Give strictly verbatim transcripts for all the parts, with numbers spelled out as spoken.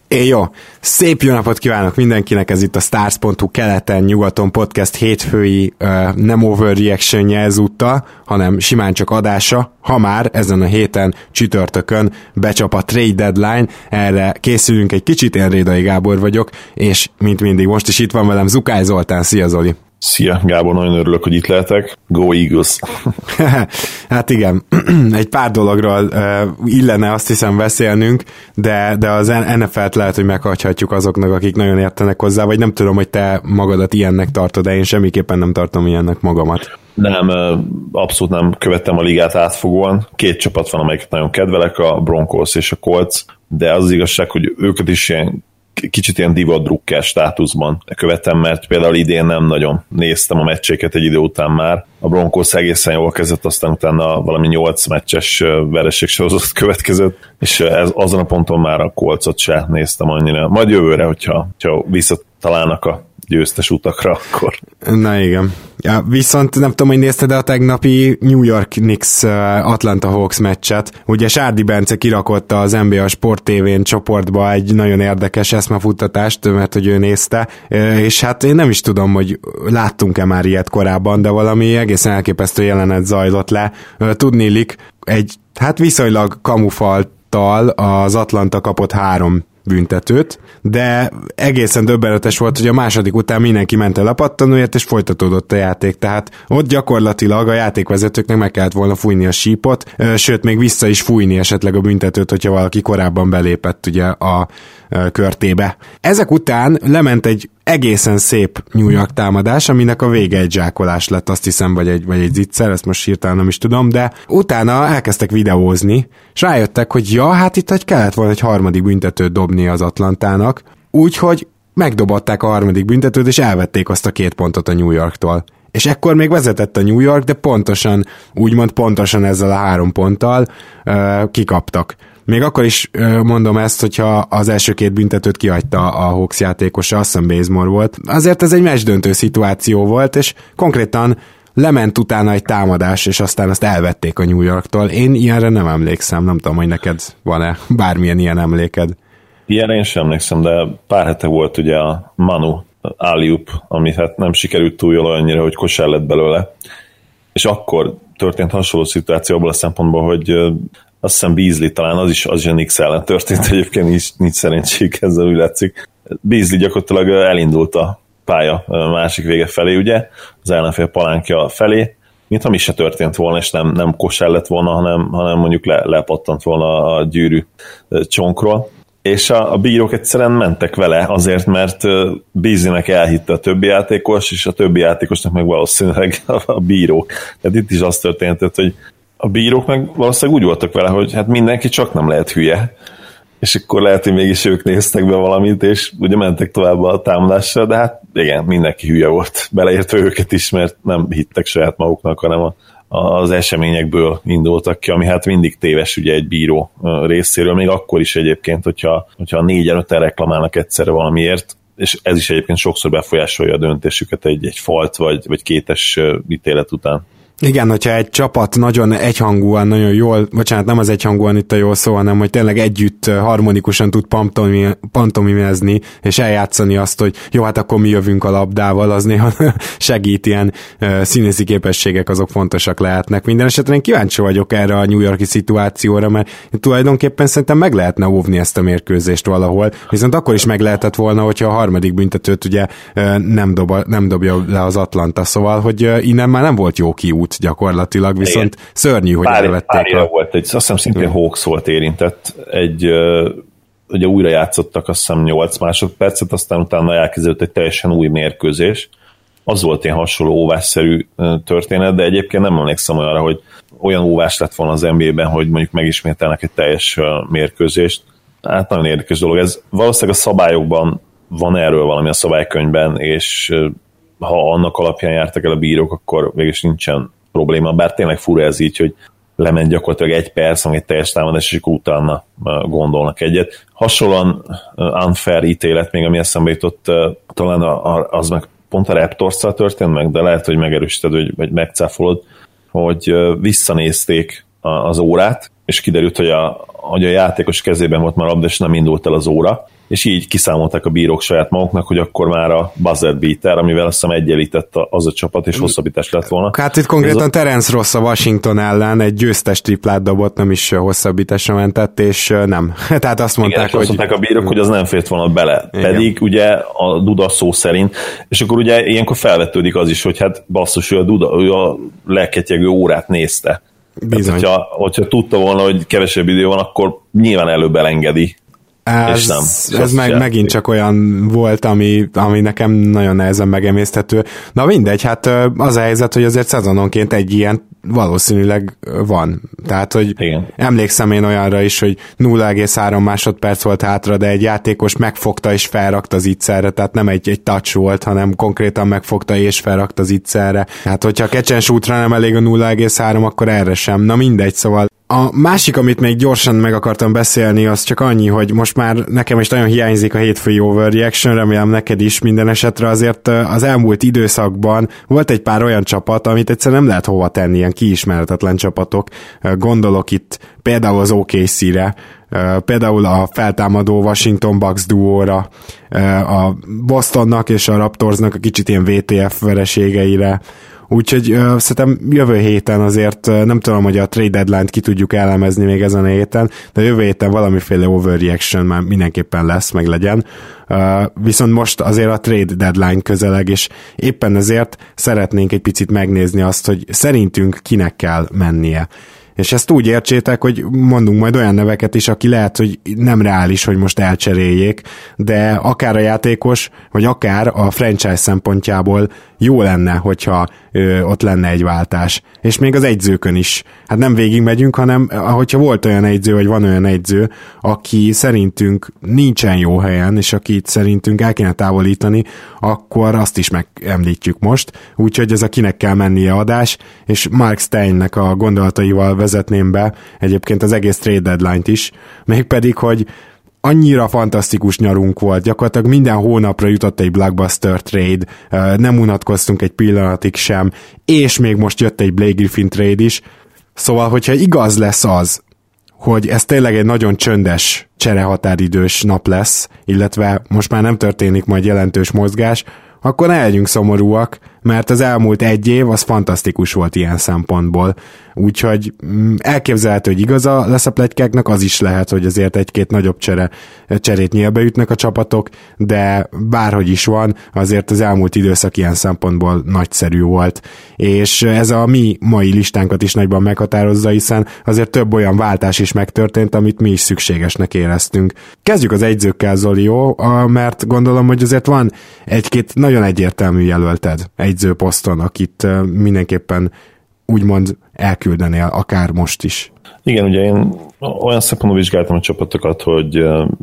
É, jó, szép jó napot kívánok mindenkinek, ez itt a Stars pont hu keleten-nyugaton podcast hétfői uh, nem overreaction-je ezúttal, hanem simán csak adása, ha már ezen a héten csütörtökön becsap a trade deadline, erre készülünk egy kicsit, én Rédai Gábor vagyok, és mint mindig most is itt van velem Zukály Zoltán, szia Zoli! Szia, Gábor, nagyon örülök, hogy itt lehetek. Go Eagles! Hát igen, egy pár dologról uh, illene azt hiszem beszélnünk, de, de az en ef el-t lehet, hogy meghagyhatjuk azoknak, akik nagyon értenek hozzá, vagy nem tudom, hogy te magadat ilyennek tartod, de én semmiképpen nem tartom ilyennek magamat. Nem, abszolút nem követtem a ligát átfogóan. Két csapat van, amelyiket nagyon kedvelek, a Broncos és a Colts, de az, az igazság, hogy őket is ilyen kicsit ilyen divat drukker státuszban követem, mert például idén nem nagyon néztem a meccséket egy idő után már. A Broncos egészen jól kezdett, aztán utána valami nyolc meccses vereségsorozat következett, és ez, azon a ponton már a Coltsot se néztem annyira. Majd jövőre, hogyha, hogyha visszatalálnak a győztes utakra, akkor... Na igen. Ja, viszont nem tudom, hogy nézted a tegnapi New York Knicks Atlanta Hawks meccset. Ugye Sárdi Bence kirakotta az en bé á Sport té vén csoportba egy nagyon érdekes eszmefuttatást, mert hogy ő nézte, és hát én nem is tudom, hogy láttunk-e már ilyet korábban, de valami egészen elképesztő jelenet zajlott le. Tudniillik, egy hát viszonylag kamufalttal az Atlanta kapott három büntetőt, de egészen döbbenetes volt, hogy a második után mindenki ment el a pattanóért, és folytatódott a játék, tehát ott gyakorlatilag a játékvezetőknek meg kellett volna fújni a sípot, sőt, még vissza is fújni esetleg a büntetőt, hogyha valaki korábban belépett ugye a körtébe. Ezek után lement egy egészen szép New York támadás, aminek a vége egy zsákolás lett, azt hiszem, vagy egy, vagy egy zicser, ezt most hirtelen nem is tudom, de utána elkezdtek videózni, és rájöttek, hogy ja, hát itt hogy kellett volna egy harmadik büntetőt dobni az Atlantának, úgyhogy megdobották a harmadik büntetőt, és elvették azt a két pontot a New Yorktól. És ekkor még vezetett a New York, de pontosan, úgymond pontosan ezzel a három ponttal uh, kikaptak. Még akkor is mondom ezt, hogyha az első két büntetőt kihagyta a Hawks játékosa, azt hiszem Bazemore volt. Azért ez egy meccsdöntő szituáció volt, és konkrétan lement utána egy támadás, és aztán azt elvették a New Yorktól. Én ilyenre nem emlékszem, nem tudom, hogy neked van-e bármilyen ilyen emléked. Ilyenre én sem emlékszem, de pár hete volt ugye a Manu alley-oop, ami hát nem sikerült túl jól annyira, hogy kosár lett belőle. És akkor történt hasonló szituáció abból a szempontból, hogy azt hiszem Beasley talán az is, az is a Knicks ellen történt, egyébként nincs, nincs szerencséjük ezzel, úgy látszik. Beasley gyakorlatilag elindult a pálya másik vége felé, ugye, az ellenfél palánkja felé, mintha mi se történt volna, és nem, nem kosár lett volna, hanem, hanem mondjuk le, lepattant volna a gyűrű csonkról. És a, a bírók egyszerűen mentek vele azért, mert Beasleynek elhitte a többi játékos, és a többi játékosnak meg valószínűleg a bírók. Tehát itt is az történt, hogy a bírók meg valószínűleg úgy voltak vele, hogy hát mindenki csak nem lehet hülye, és akkor lehet, hogy mégis ők néztek be valamit, és ugye mentek tovább a támadással, de hát igen, mindenki hülye volt, beleértve őket is, mert nem hittek saját maguknak, hanem a, az eseményekből indultak ki, ami hát mindig téves ugye egy bíró részéről, még akkor is egyébként, hogyha, hogyha négyen öten reklamálnak egyszerre valamiért, és ez is egyébként sokszor befolyásolja a döntésüket egy, egy falt vagy, vagy kétes ítélet után. Igen, hogyha egy csapat nagyon egyhangúan, nagyon jól, bocsánat, nem az egyhangúan itt a jó szó, hanem hogy tényleg együtt harmonikusan tud pantomimezni, és eljátszani azt, hogy jó, hát akkor mi jövünk a labdával, az néha segít, ilyen uh, színészi képességek, azok fontosak lehetnek. Minden esetre én kíváncsi vagyok erre a New York-i szituációra, mert tulajdonképpen szerintem meg lehetne óvni ezt a mérkőzést valahol, viszont akkor is meg lehetett volna, hogyha a harmadik büntetőt ugye uh, nem, dob, nem dobja le az Atlanta, szóval, hogy uh, innen már nem volt jó kiút gyakorlatilag, viszont igen. Szörnyű, hogy pár, elvették. Pár a... volt egy, azt hiszem szintén Hawks volt érintett, egy, ugye újra játszottak azt hiszem nyolc másodpercet, aztán utána elkezdődött egy teljesen új mérkőzés. Az volt ilyen hasonló óvásszerű történet, de egyébként nem emlékszem olyanra, hogy olyan óvás lett volna az en bé á-ben, hogy mondjuk megismételnek egy teljes mérkőzést. Hát nagyon érdekes dolog. Ez valószínűleg a szabályokban van erről valami a szabálykönyvben, és ha annak alapján jártak el a bírók, akkor végülis nincsen probléma, bár tényleg fura ez így, hogy lement gyakorlatilag egy perc, ami egy teljes támadás, és akkor utána gondolnak egyet. Hasonlóan unfair ítélet, még ami eszembe jutott, talán az meg pont a Raptors-szal történt meg, de lehet, hogy megerősíted, vagy megcáfolod, hogy visszanézték az órát, és kiderült, hogy a, hogy a játékos kezében volt már labda, és nem indult el az óra, és így kiszámolták a bírók saját maguknak, hogy akkor már a buzzer beater, amivel azt hiszem egyenlített az a csapat, és hosszabbítás lett volna. Hát itt konkrétan a... Terence Ross a Washington ellen egy győztes triplát dobott, nem is hosszabbításra mentett, és nem. Tehát azt mondták, igen, hogy... azt mondták a bírók, hogy az nem fért volna bele. Igen. Pedig ugye a Duda szó szerint, és akkor ugye ilyenkor felvetődik az is, hogy hát basszus, ő a Duda, ő a leketyegő órát nézte. Bizony. Hát, hogyha, hogyha tudta volna, hogy kevesebb idő van, akkor nyilván előbb elengedi. Ez, nem, ez meg, megint csak olyan volt, ami, ami nekem nagyon nehezen megemészthető. Na mindegy, hát az a helyzet, hogy azért szezononként egy ilyen valószínűleg van. Tehát, hogy igen. Emlékszem én olyanra is, hogy nulla egész három másodperc volt hátra, de egy játékos megfogta és felrakta az ígyszerre, tehát nem egy, egy touch volt, hanem konkrétan megfogta és felrakta az ígyszerre. Hát, hogyha a catch and shootra nem elég a nulla egész három, akkor erre sem. Na mindegy, szóval a másik, amit még gyorsan meg akartam beszélni, az csak annyi, hogy most már nekem is nagyon hiányzik a hétfői overreaction, remélem neked is minden esetre, azért az elmúlt időszakban volt egy pár olyan csapat, amit egyszerűen nem lehet hova tenni, ilyen kiismeretetlen csapatok. Gondolok itt például az o ká cé-re, például a feltámadó Washington Bucks duóra, a Bostonnak és a Raptorsnak a kicsit ilyen vé té ef vereségeire. Úgyhogy uh, szerintem jövő héten azért uh, nem tudom, hogy a trade deadline-t ki tudjuk elemezni még ezen a héten, de jövő héten valamiféle overreaction már mindenképpen lesz, meg legyen. Uh, viszont most azért a trade deadline közeleg, és éppen ezért szeretnénk egy picit megnézni azt, hogy szerintünk kinek kell mennie. És ezt úgy értsétek, hogy mondunk majd olyan neveket is, aki lehet, hogy nem reális, hogy most elcseréljék, de akár a játékos, vagy akár a franchise szempontjából jó lenne, hogyha ö, ott lenne egy váltás. És még az egyzőkön is. Hát nem végig megyünk, hanem hogyha volt olyan egyző, vagy van olyan egyző, aki szerintünk nincsen jó helyen, és akit szerintünk el kéne távolítani, akkor azt is megemlítjük most. Úgyhogy ez a kinek kell mennie adás, és Mark Steinnek a gondolataival vezetném be egyébként az egész trade deadline-t is, mégpedig, hogy annyira fantasztikus nyarunk volt, gyakorlatilag minden hónapra jutott egy blockbuster trade, nem unatkoztunk egy pillanatig sem, és még most jött egy Blake Griffin trade is, szóval, hogyha igaz lesz az, hogy ez tényleg egy nagyon csöndes cserehatáridős nap lesz, illetve most már nem történik majd jelentős mozgás, akkor ne legyünk szomorúak, mert az elmúlt egy év az fantasztikus volt ilyen szempontból. Úgyhogy elképzelhető, hogy igaza lesz a pletykáknak, az is lehet, hogy azért egy-két nagyobb csere, cserét nyílbeütnek a csapatok, de bárhogy is van, azért az elmúlt időszak ilyen szempontból nagyszerű volt. És ez a mi mai listánkat is nagyban meghatározza, hiszen azért több olyan váltás is megtörtént, amit mi is szükségesnek éreztünk. Kezdjük az egyzőkkel, Zoli, jó? Mert gondolom, hogy azért van egy-két nagyon egyértelmű jelölted egyzőposzton, akit mindenképpen úgymond elküldenél, akár most is. Igen, ugye én olyan szempontból vizsgáltam a csapatokat, hogy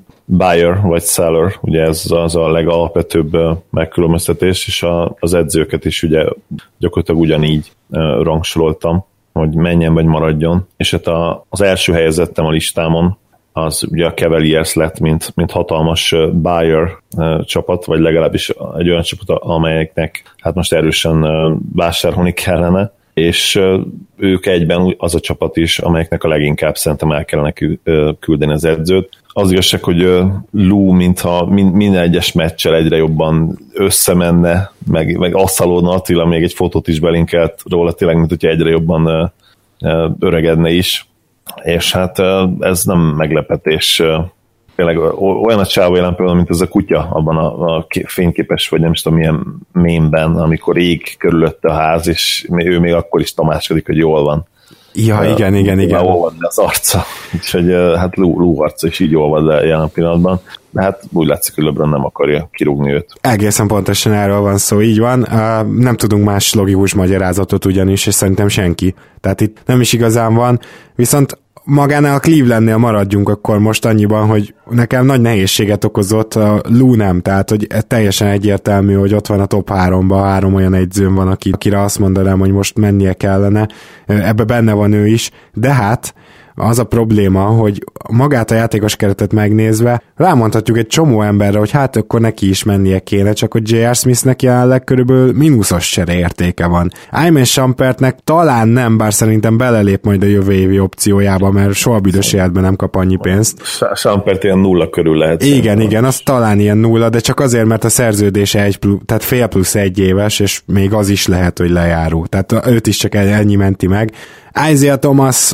buyer vagy seller, ugye ez az a legalapvetőbb megkülönböztetés, és az edzőket is ugye gyakorlatilag ugyanígy rangsoroltam, hogy menjen vagy maradjon, és hát az első helyezettem a listámon, az ugye a Cavaliers lett, mint, mint hatalmas buyer csapat, vagy legalábbis egy olyan csapat, amelyeknek hát most erősen vásárolni kellene, és ők egyben az a csapat is, amelyeknek a leginkább szerintem el kellene küldeni az edzőt. Az igazság, hogy Lou, mintha minden egyes meccsel egyre jobban összemenne, meg, meg asszalódna, Attila még egy fotót is belinkelt róla, tényleg, mint hogyha egyre jobban öregedne is. És hát ez nem meglepetés. Tényleg olyan a csávó jelen például, mint ez a kutya abban a, a fényképes, vagy nem is tudom milyen mémben, amikor ég körülötte a ház, és ő még akkor is tamácskodik, hogy jól van. Ja, uh, igen, igen, igen. Olvad le az arca. Úgyhogy hát Lou, Lou arca is így olvad le jelen pillanatban. De hát úgy látszik, hogy LeBron nem akarja kirúgni őt. Egészen pontosan erről van szó, így van. Uh, nem tudunk más logikus magyarázatot ugyanis, és szerintem senki. Tehát itt nem is igazán van. Viszont magánál a Clevelandnél maradjunk akkor most annyiban, hogy nekem nagy nehézséget okozott a Lou nem, tehát hogy teljesen egyértelmű, hogy ott van a top háromban, három olyan egyzőm van, akire azt mondanám, hogy most mennie kellene, ebbe benne van ő is, de hát az a probléma, hogy magát a játékos keretet megnézve rámondhatjuk egy csomó emberre, hogy hát akkor neki is mennie kéne, csak hogy jé er. Smithnek jelenleg körülbelül mínuszos csereértéke van. Iman Shumpertnek talán nem, bár szerintem belelép majd a jövő évi opciójába, mert soha büdös életben nem kap annyi pénzt. Shumpert ilyen nulla körül lehet. Igen, szerintem. Igen, az talán ilyen nulla, de csak azért, mert a szerződése egy plusz, tehát fél plusz egy éves, és még az is lehet, hogy lejáró. Tehát őt is csak ennyi menti meg. Isaiah Thomas,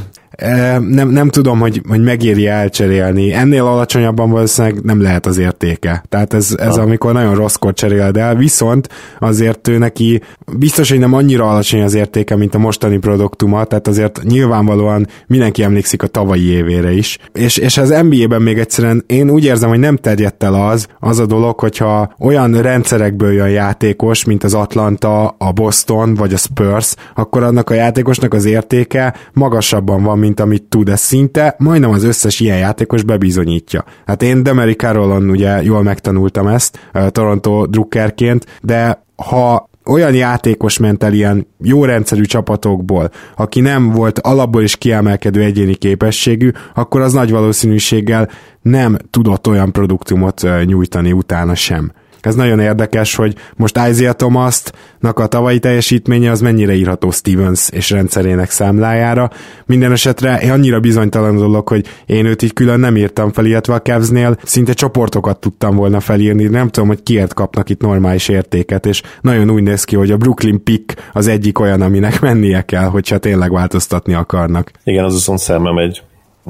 nem, nem tudom, hogy, hogy megéri elcserélni. Ennél alacsonyabban valószínűleg nem lehet az értéke. Tehát ez, ez amikor nagyon rosszkor cseréled el, viszont azért ő neki biztos, hogy nem annyira alacsony az értéke, mint a mostani produktuma, tehát azért nyilvánvalóan mindenki emlékszik a tavalyi évére is. És, és az en bé á-ben még egyszerűen én úgy érzem, hogy nem terjedt el az, az a dolog, hogyha olyan rendszerekből jön játékos, mint az Atlanta, a Boston vagy a Spurs, akkor annak a játékosnak az értéke magasabban van, mint amit tud, ez szinte majdnem az összes ilyen játékos bebizonyítja. Hát én Demary Carrollon ugye jól megtanultam ezt Toronto drukkerként, de ha olyan játékos ment el ilyen jó rendszerű csapatokból, aki nem volt alapból is kiemelkedő egyéni képességű, akkor az nagy valószínűséggel nem tudott olyan produktumot nyújtani utána sem. Ez nagyon érdekes, hogy most Isaiah Thomasnak a tavalyi teljesítménye az mennyire írható Stevens és rendszerének számlájára. Minden esetre annyira bizonytalan dolog, hogy én őt így külön nem írtam fel, illetve a Cavsnél szinte csoportokat tudtam volna felírni, nem tudom, hogy kiért kapnak itt normális értéket, és nagyon úgy néz ki, hogy a Brooklyn pick az egyik olyan, aminek mennie kell, hogyha tényleg változtatni akarnak. Igen, az viszont szembe megy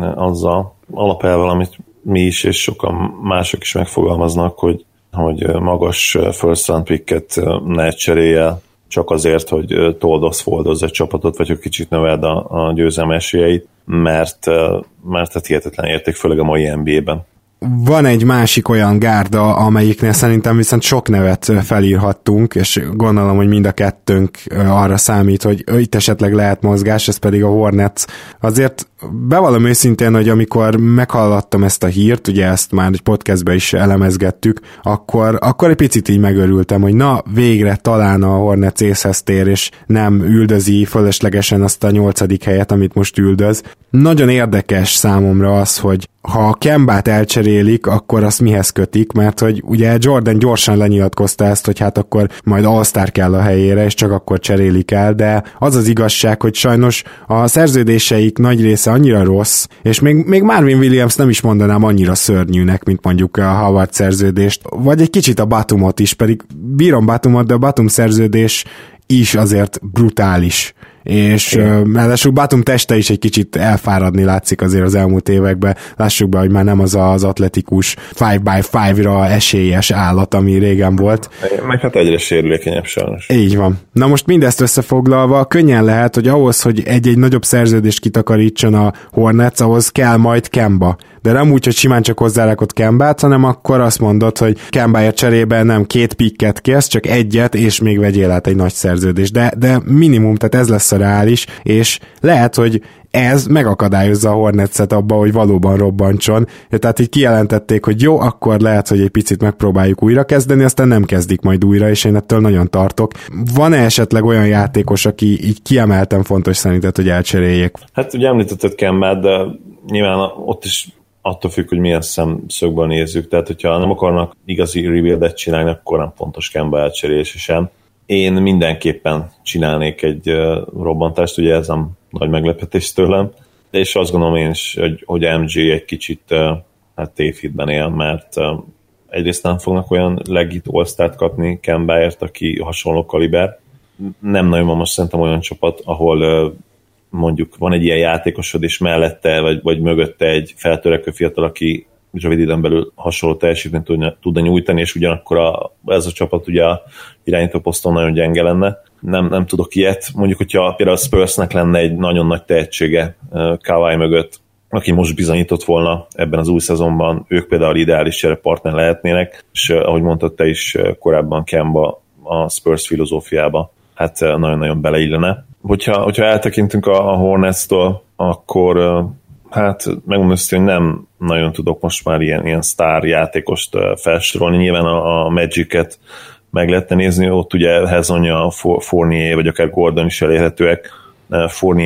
azzal alapelvel, amit mi is, és sokan mások is megfogalmaznak, hogy hogy magas first round picket ne cserélje csak azért, hogy toldoz-foldozz egy csapatot, vagy hogy kicsit növeld a, a győzelmi esélyeit, mert, mert hát hihetetlen érték, főleg a mai en bé á-ben. Van egy másik olyan gárda, amelyiknél szerintem viszont sok nevet felírhattunk, és gondolom, hogy mind a kettőnk arra számít, hogy itt esetleg lehet mozgás, ez pedig a Hornets. Azért bevallom őszintén, hogy amikor meghallottam ezt a hírt, ugye ezt már egy podcastben is elemezgettük, akkor, akkor egy picit így megörültem, hogy na, végre talán a Hornets észhez tér, és nem üldözi fölöslegesen azt a nyolcadik helyet, amit most üldöz. Nagyon érdekes számomra az, hogy ha a Kembát elcserélik, akkor azt mihez kötik, mert hogy ugye Jordan gyorsan lenyilatkozta ezt, hogy hát akkor majd All-Star kell a helyére, és csak akkor cserélik el, de az az igazság, hogy sajnos a szerződéseik nagy része annyira rossz, és még, még Marvin Williams nem is mondanám annyira szörnyűnek, mint mondjuk a Howard szerződést, vagy egy kicsit a Batumot is, pedig bírom Batumot, de a Batum szerződés is azért brutális. És ráadásul Batum teste is egy kicsit elfáradni látszik azért az elmúlt években. Lássuk be, hogy már nem az az atletikus five by five-ra esélyes állat, ami régen volt. Meg hát egyre sérülékenyebb sajnos. Így van. Na most mindezt összefoglalva, könnyen lehet, hogy ahhoz, hogy egy-egy nagyobb szerződést kitakarítson a Hornets, ahhoz kell majd Kemba. De nem úgy, hogy simán csak hozzárakott Kembát, hanem akkor azt mondod, hogy Kembáért cserében nem két pikket kérsz, csak egyet, és még vegyél át egy nagy szerződést. De, de minimum, tehát ez lesz a reális, és lehet, hogy ez megakadályozza a Hornetset abba, hogy valóban robbantson. Tehát így kijelentették, hogy jó, akkor lehet, hogy egy picit megpróbáljuk újra kezdeni, aztán nem kezdik majd újra, és én ettől nagyon tartok. Van-e esetleg olyan játékos, aki így kiemelten fontos szerinted, hogy elcseréljék? Hát ugye említetted Kembát, de nyilván ott is attól függ, hogy milyen szemszögből nézzük. Tehát, hogyha nem akarnak igazi rebuildet csinálni, akkor nem fontos Kemba elcserélése sem. Én mindenképpen csinálnék egy uh, robbantást, ugye ez nem nagy meglepetés tőlem, és azt gondolom én is, hogy, hogy em gé egy kicsit uh, hát tévhitben él, mert uh, egyrészt nem fognak olyan legit all-start kapni Kembáért, aki hasonló kaliber. Nem nagyon van most szerintem olyan csapat, ahol uh, mondjuk van egy ilyen játékosod, és mellette, vagy, vagy mögötte egy feltörekvő fiatal, aki rövid időn belül hasonló teljesítményt tudna, tudna nyújtani, és ugyanakkor a, ez a csapat ugye a irányító poszton nagyon gyenge lenne. Nem, nem tudok ilyet. Mondjuk, hogyha például a Spursnek lenne egy nagyon nagy tehetsége Kawhi mögött, aki most bizonyított volna ebben az új szezonban, ők például ideális cserepartner lehetnének, és ahogy mondtad te is korábban, Kemba a Spurs filozófiába, hát nagyon-nagyon beleillene. Hogyha, hogyha eltekintünk a, a Hornets-től, akkor hát megmondom, hogy nem nagyon tudok most már ilyen, ilyen sztár játékost felsorolni. Nyilván a, a Magic-et meg lehetne nézni, ott ugye Hezonja, Fournier, vagy akár Gordon is elérhetőek. Fournier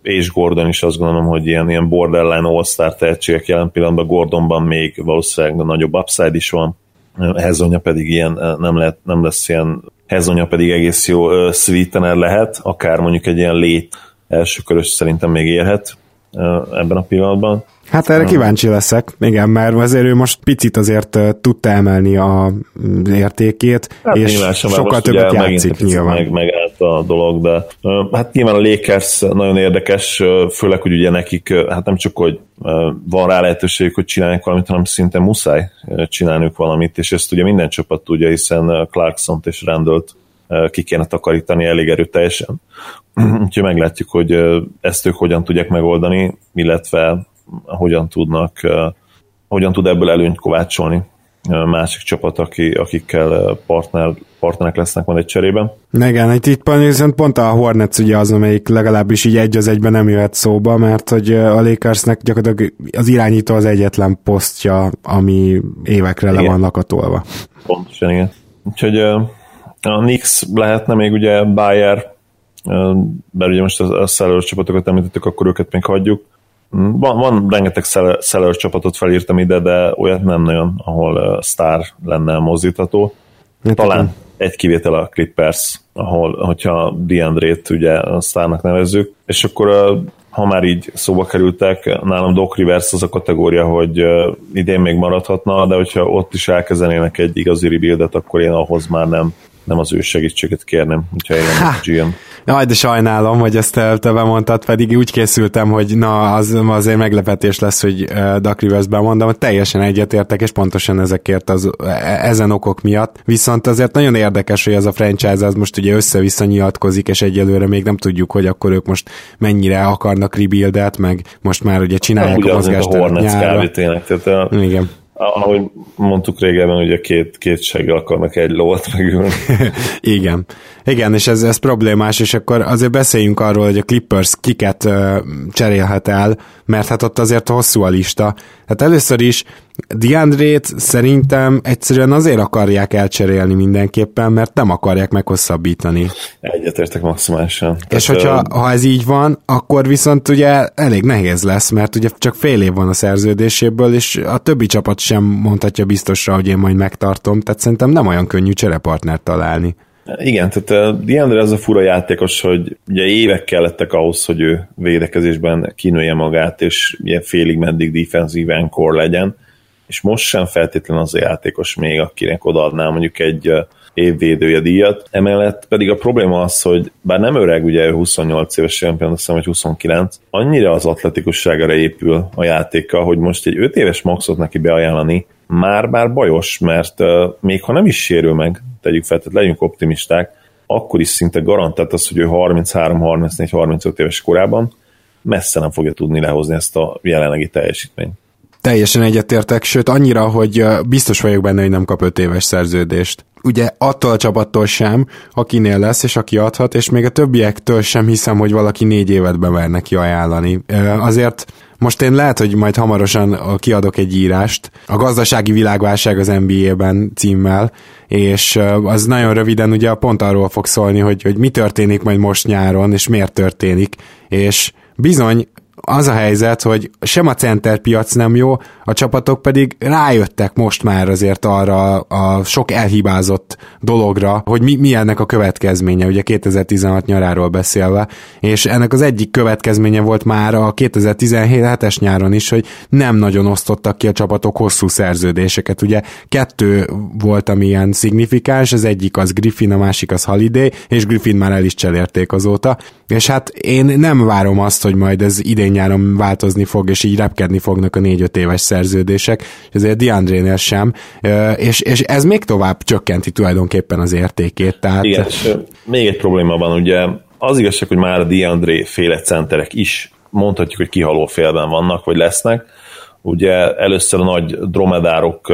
és Gordon is azt gondolom, hogy ilyen, ilyen borderline all-star tehetségek jelen pillanatban. Gordonban még valószínűleg nagyobb upside is van, Hezonja pedig ilyen, nem, lehet, nem lesz ilyen, Hezonja pedig egész jó uh, sweetener lehet, akár mondjuk egy ilyen late első körös szerintem még érhet uh, ebben a pillanatban. Hát erre kíváncsi leszek, igen, mert azért ő most picit azért uh, tudta emelni a értékét, hát és sokkal többet játszik nyilván. Meg, megállt a dolog, de uh, hát nyilván a Lakers nagyon érdekes, uh, főleg, hogy ugye nekik, uh, hát nem csak, hogy uh, van rá lehetőségük, hogy csinálják valamit, hanem szinte muszáj uh, csinálniuk valamit, és ezt ugye minden csapat tudja, hiszen uh, Clarksont és Randallt uh, ki kéne takarítani elég erőteljesen. Úgyhogy meglátjuk, hogy uh, ezt ők hogyan tudják megoldani, illetve hogyan tudnak, uh, hogyan tud ebből előnyt kovácsolni uh, másik csapat, aki, akikkel uh, partner, partnerek lesznek majd egy cserében. Igen, itt, itt pont, pont a Hornets ugye az, amelyik legalábbis így egy az egyben nem jöhet szóba, mert hogy a Lakersnek gyakorlatilag az irányító az egyetlen posztja, ami évekre igen. le van lakatolva. Pontosan, igen. Úgyhogy uh, a Knicks lehetne még ugye Bayer, uh, mert ugye most a, a Sellers csapatokat említettük, akkor őket még hagyjuk. Van, van rengeteg seller csapatot felírtam ide, de olyat nem nagyon, ahol uh, sztár lenne mozdítható. Talán egy kivétel a Clippers, ahol, hogyha DeAndre-t ugye a sztárnak nevezzük, és akkor uh, ha már így szóba kerültek, nálam Doc Rivers az a kategória, hogy uh, idén még maradhatna, de hogyha ott is elkezdenének egy igazi rebuildet, akkor én ahhoz már nem nem az ő segítséget kérném, hogyha én nem gé em. Jaj, de sajnálom, hogy ezt te, te bemondtad, pedig úgy készültem, hogy na, az azért meglepetés lesz, hogy uh, Doc Rivers bemondom, hogy teljesen egyetértek, és pontosan ezekért az, ezen okok miatt. Viszont azért nagyon érdekes, hogy ez a franchise az most ugye össze-vissza nyilatkozik, és egyelőre még nem tudjuk, hogy akkor ők most mennyire akarnak rebuildet, meg most már ugye csinálják a mozgásteret nyárra. Tényleg, tehát a... Igen. Ahogy mondtuk régebben, ugye két, két seggel akarnak egy lovat megülni. Igen. Igen, és ez, ez problémás, és akkor azért beszéljünk arról, hogy a Clippers kiket uh, cserélhet el, mert hát ott azért hosszú a lista. Hát először is DeAndre-t szerintem egyszerűen azért akarják elcserélni mindenképpen, mert nem akarják meghosszabbítani. Egyetértek maximálisan. És Tehát, hogyha ha ez így van, akkor viszont ugye elég nehéz lesz, mert ugye csak fél év van a szerződéséből, és a többi csapat sem mondhatja biztosra, hogy én majd megtartom, tehát szerintem nem olyan könnyű cserepartnert találni. Igen, tehát DeAndre az a fura játékos, hogy ugye évek kellettek ahhoz, hogy ő védekezésben kinője magát, és ilyen félig meddig defensive encore legyen, és most sem feltétlen az a játékos még, akinek odaadná mondjuk egy évvédője díjat. Emellett pedig a probléma az, hogy bár nem öreg, ugye huszonnyolc éves, például azt hiszem, hogy huszonkilenc, annyira az atletikusságára épül a játéka, hogy most egy öt éves maxot neki beajánlani, már-már bajos, mert uh, még ha nem is sérül meg, tegyük fel, tehát legyünk optimisták, akkor is szinte garantált az, hogy ő harminchárom, harmincnégy, harmincöt éves korában messze nem fogja tudni lehozni ezt a jelenlegi teljesítményt. Teljesen egyetértek, sőt annyira, hogy biztos vagyok benne, hogy nem kap öt éves szerződést. Ugye attól a csapattól sem, akinél lesz, és aki adhat, és még a többiektől sem hiszem, hogy valaki négy évet bemer neki ajánlani. Azért most én lehet, hogy majd hamarosan kiadok egy írást, a gazdasági világválság az en bé á-ben címmel, és az nagyon röviden ugye pont arról fog szólni, hogy, hogy mi történik majd most nyáron, és miért történik, és bizony az a helyzet, hogy sem a centerpiac nem jó, a csapatok pedig rájöttek most már azért arra a sok elhibázott dologra, hogy mi, mi ennek a következménye, ugye kétezer-tizenhat nyaráról beszélve, és ennek az egyik következménye volt már a kétezer-tizenhetes nyáron is, hogy nem nagyon osztottak ki a csapatok hosszú szerződéseket, ugye kettő volt, ami ilyen szignifikáns, az egyik az Griffin, a másik az Holiday, és Griffin már el is cserélték azóta, és hát én nem várom azt, hogy majd ez idén nyáron változni fog, és így repkedni fognak a négy-öt éves szerződések, és ezért DeAndre-nél sem, és, és ez még tovább csökkenti tulajdonképpen az értékét. Tehát... Igen, és még egy probléma van, ugye az igazság, hogy már a DeAndre féle centerek is mondhatjuk, hogy kihaló félben vannak, vagy lesznek. Ugye először a nagy dromedárok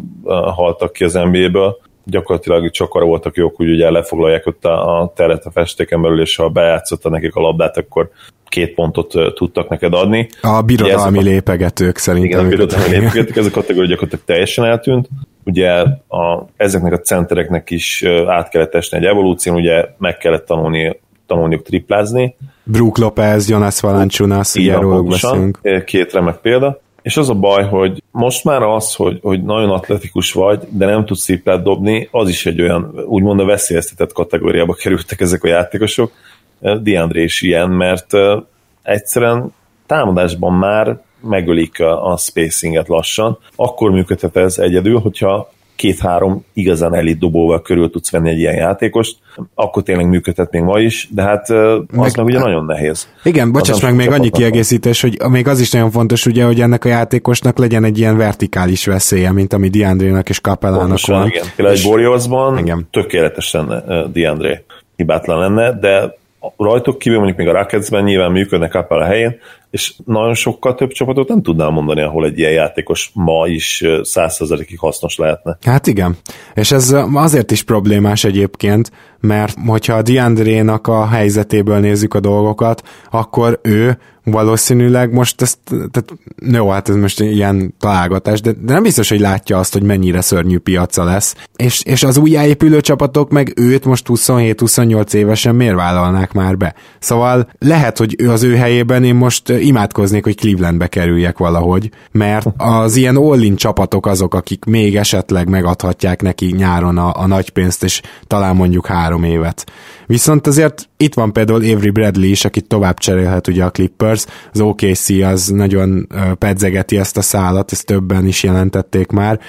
haltak ki az en bé á-ből, gyakorlatilag csak arra voltak jók, hogy ugye lefoglalják ott a teret a festéken belül, és ha bejátszotta nekik a labdát, akkor két pontot tudtak neked adni. A birodalmi a... lépegetők szerintem. Igen, a birodalmi lépegetők, ez a kategória gyakorlatilag teljesen eltűnt. Ugye a, ezeknek a centereknek is át kellett esni egy evolúción, ugye meg kellett tanulni, tanulniuk triplázni. Brook Lopez, Jonas Valanciunas, ugye róluk beszélünk. Két remek példa. És az a baj, hogy most már az, hogy, hogy nagyon atletikus vagy, de nem tudsz triplát dobni, az is egy olyan, úgymond a veszélyeztetett kategóriába kerültek ezek a játékosok. DeAndre is ilyen, mert egyszerűen támadásban már megölik a, a spacinget lassan. Akkor működhet ez egyedül, hogyha két-három igazán elit dobóval körül tudsz venni egy ilyen játékost, akkor tényleg működhet még ma is, de hát az meg, meg ugye nagyon nehéz. Igen, bocsáss meg, még annyi kiegészítés, hogy még az is nagyon fontos, ugye, hogy ennek a játékosnak legyen egy ilyen vertikális veszélye, mint ami DeAndre-nak és Capellának van. Igen, például egy Warriorsban tökéletes lenne DeAndre, hibátlan lenne, de rajtuk kívül mondjuk még a Rocketsben nyilván működnek Capella helyén, és nagyon sokkal több csapatot nem tudnám mondani, ahol egy ilyen játékos ma is száz százalékig hasznos lehetne. Hát igen, és ez azért is problémás egyébként, mert hogyha a DeAndre-nak a helyzetéből nézzük a dolgokat, akkor ő valószínűleg most ezt, tehát, jó, hát ez most ilyen találgatás, de, de nem biztos, hogy látja azt, hogy mennyire szörnyű piaca lesz. És, és az újjáépülő csapatok meg őt most huszonhét-huszonnyolc évesen miért vállalnák már be? Szóval lehet, hogy ő az ő helyében én most imádkoznék, hogy Clevelandbe kerüljek valahogy, mert az ilyen all-in csapatok azok, akik még esetleg megadhatják neki nyáron a, a nagy pénzt, és talán mondjuk három évet. Viszont azért itt van például Avery Bradley is, akit tovább cserélhet ugye a Clippers, az o ká cé az nagyon pedzegeti ezt a szálat, ezt többen is jelentették már.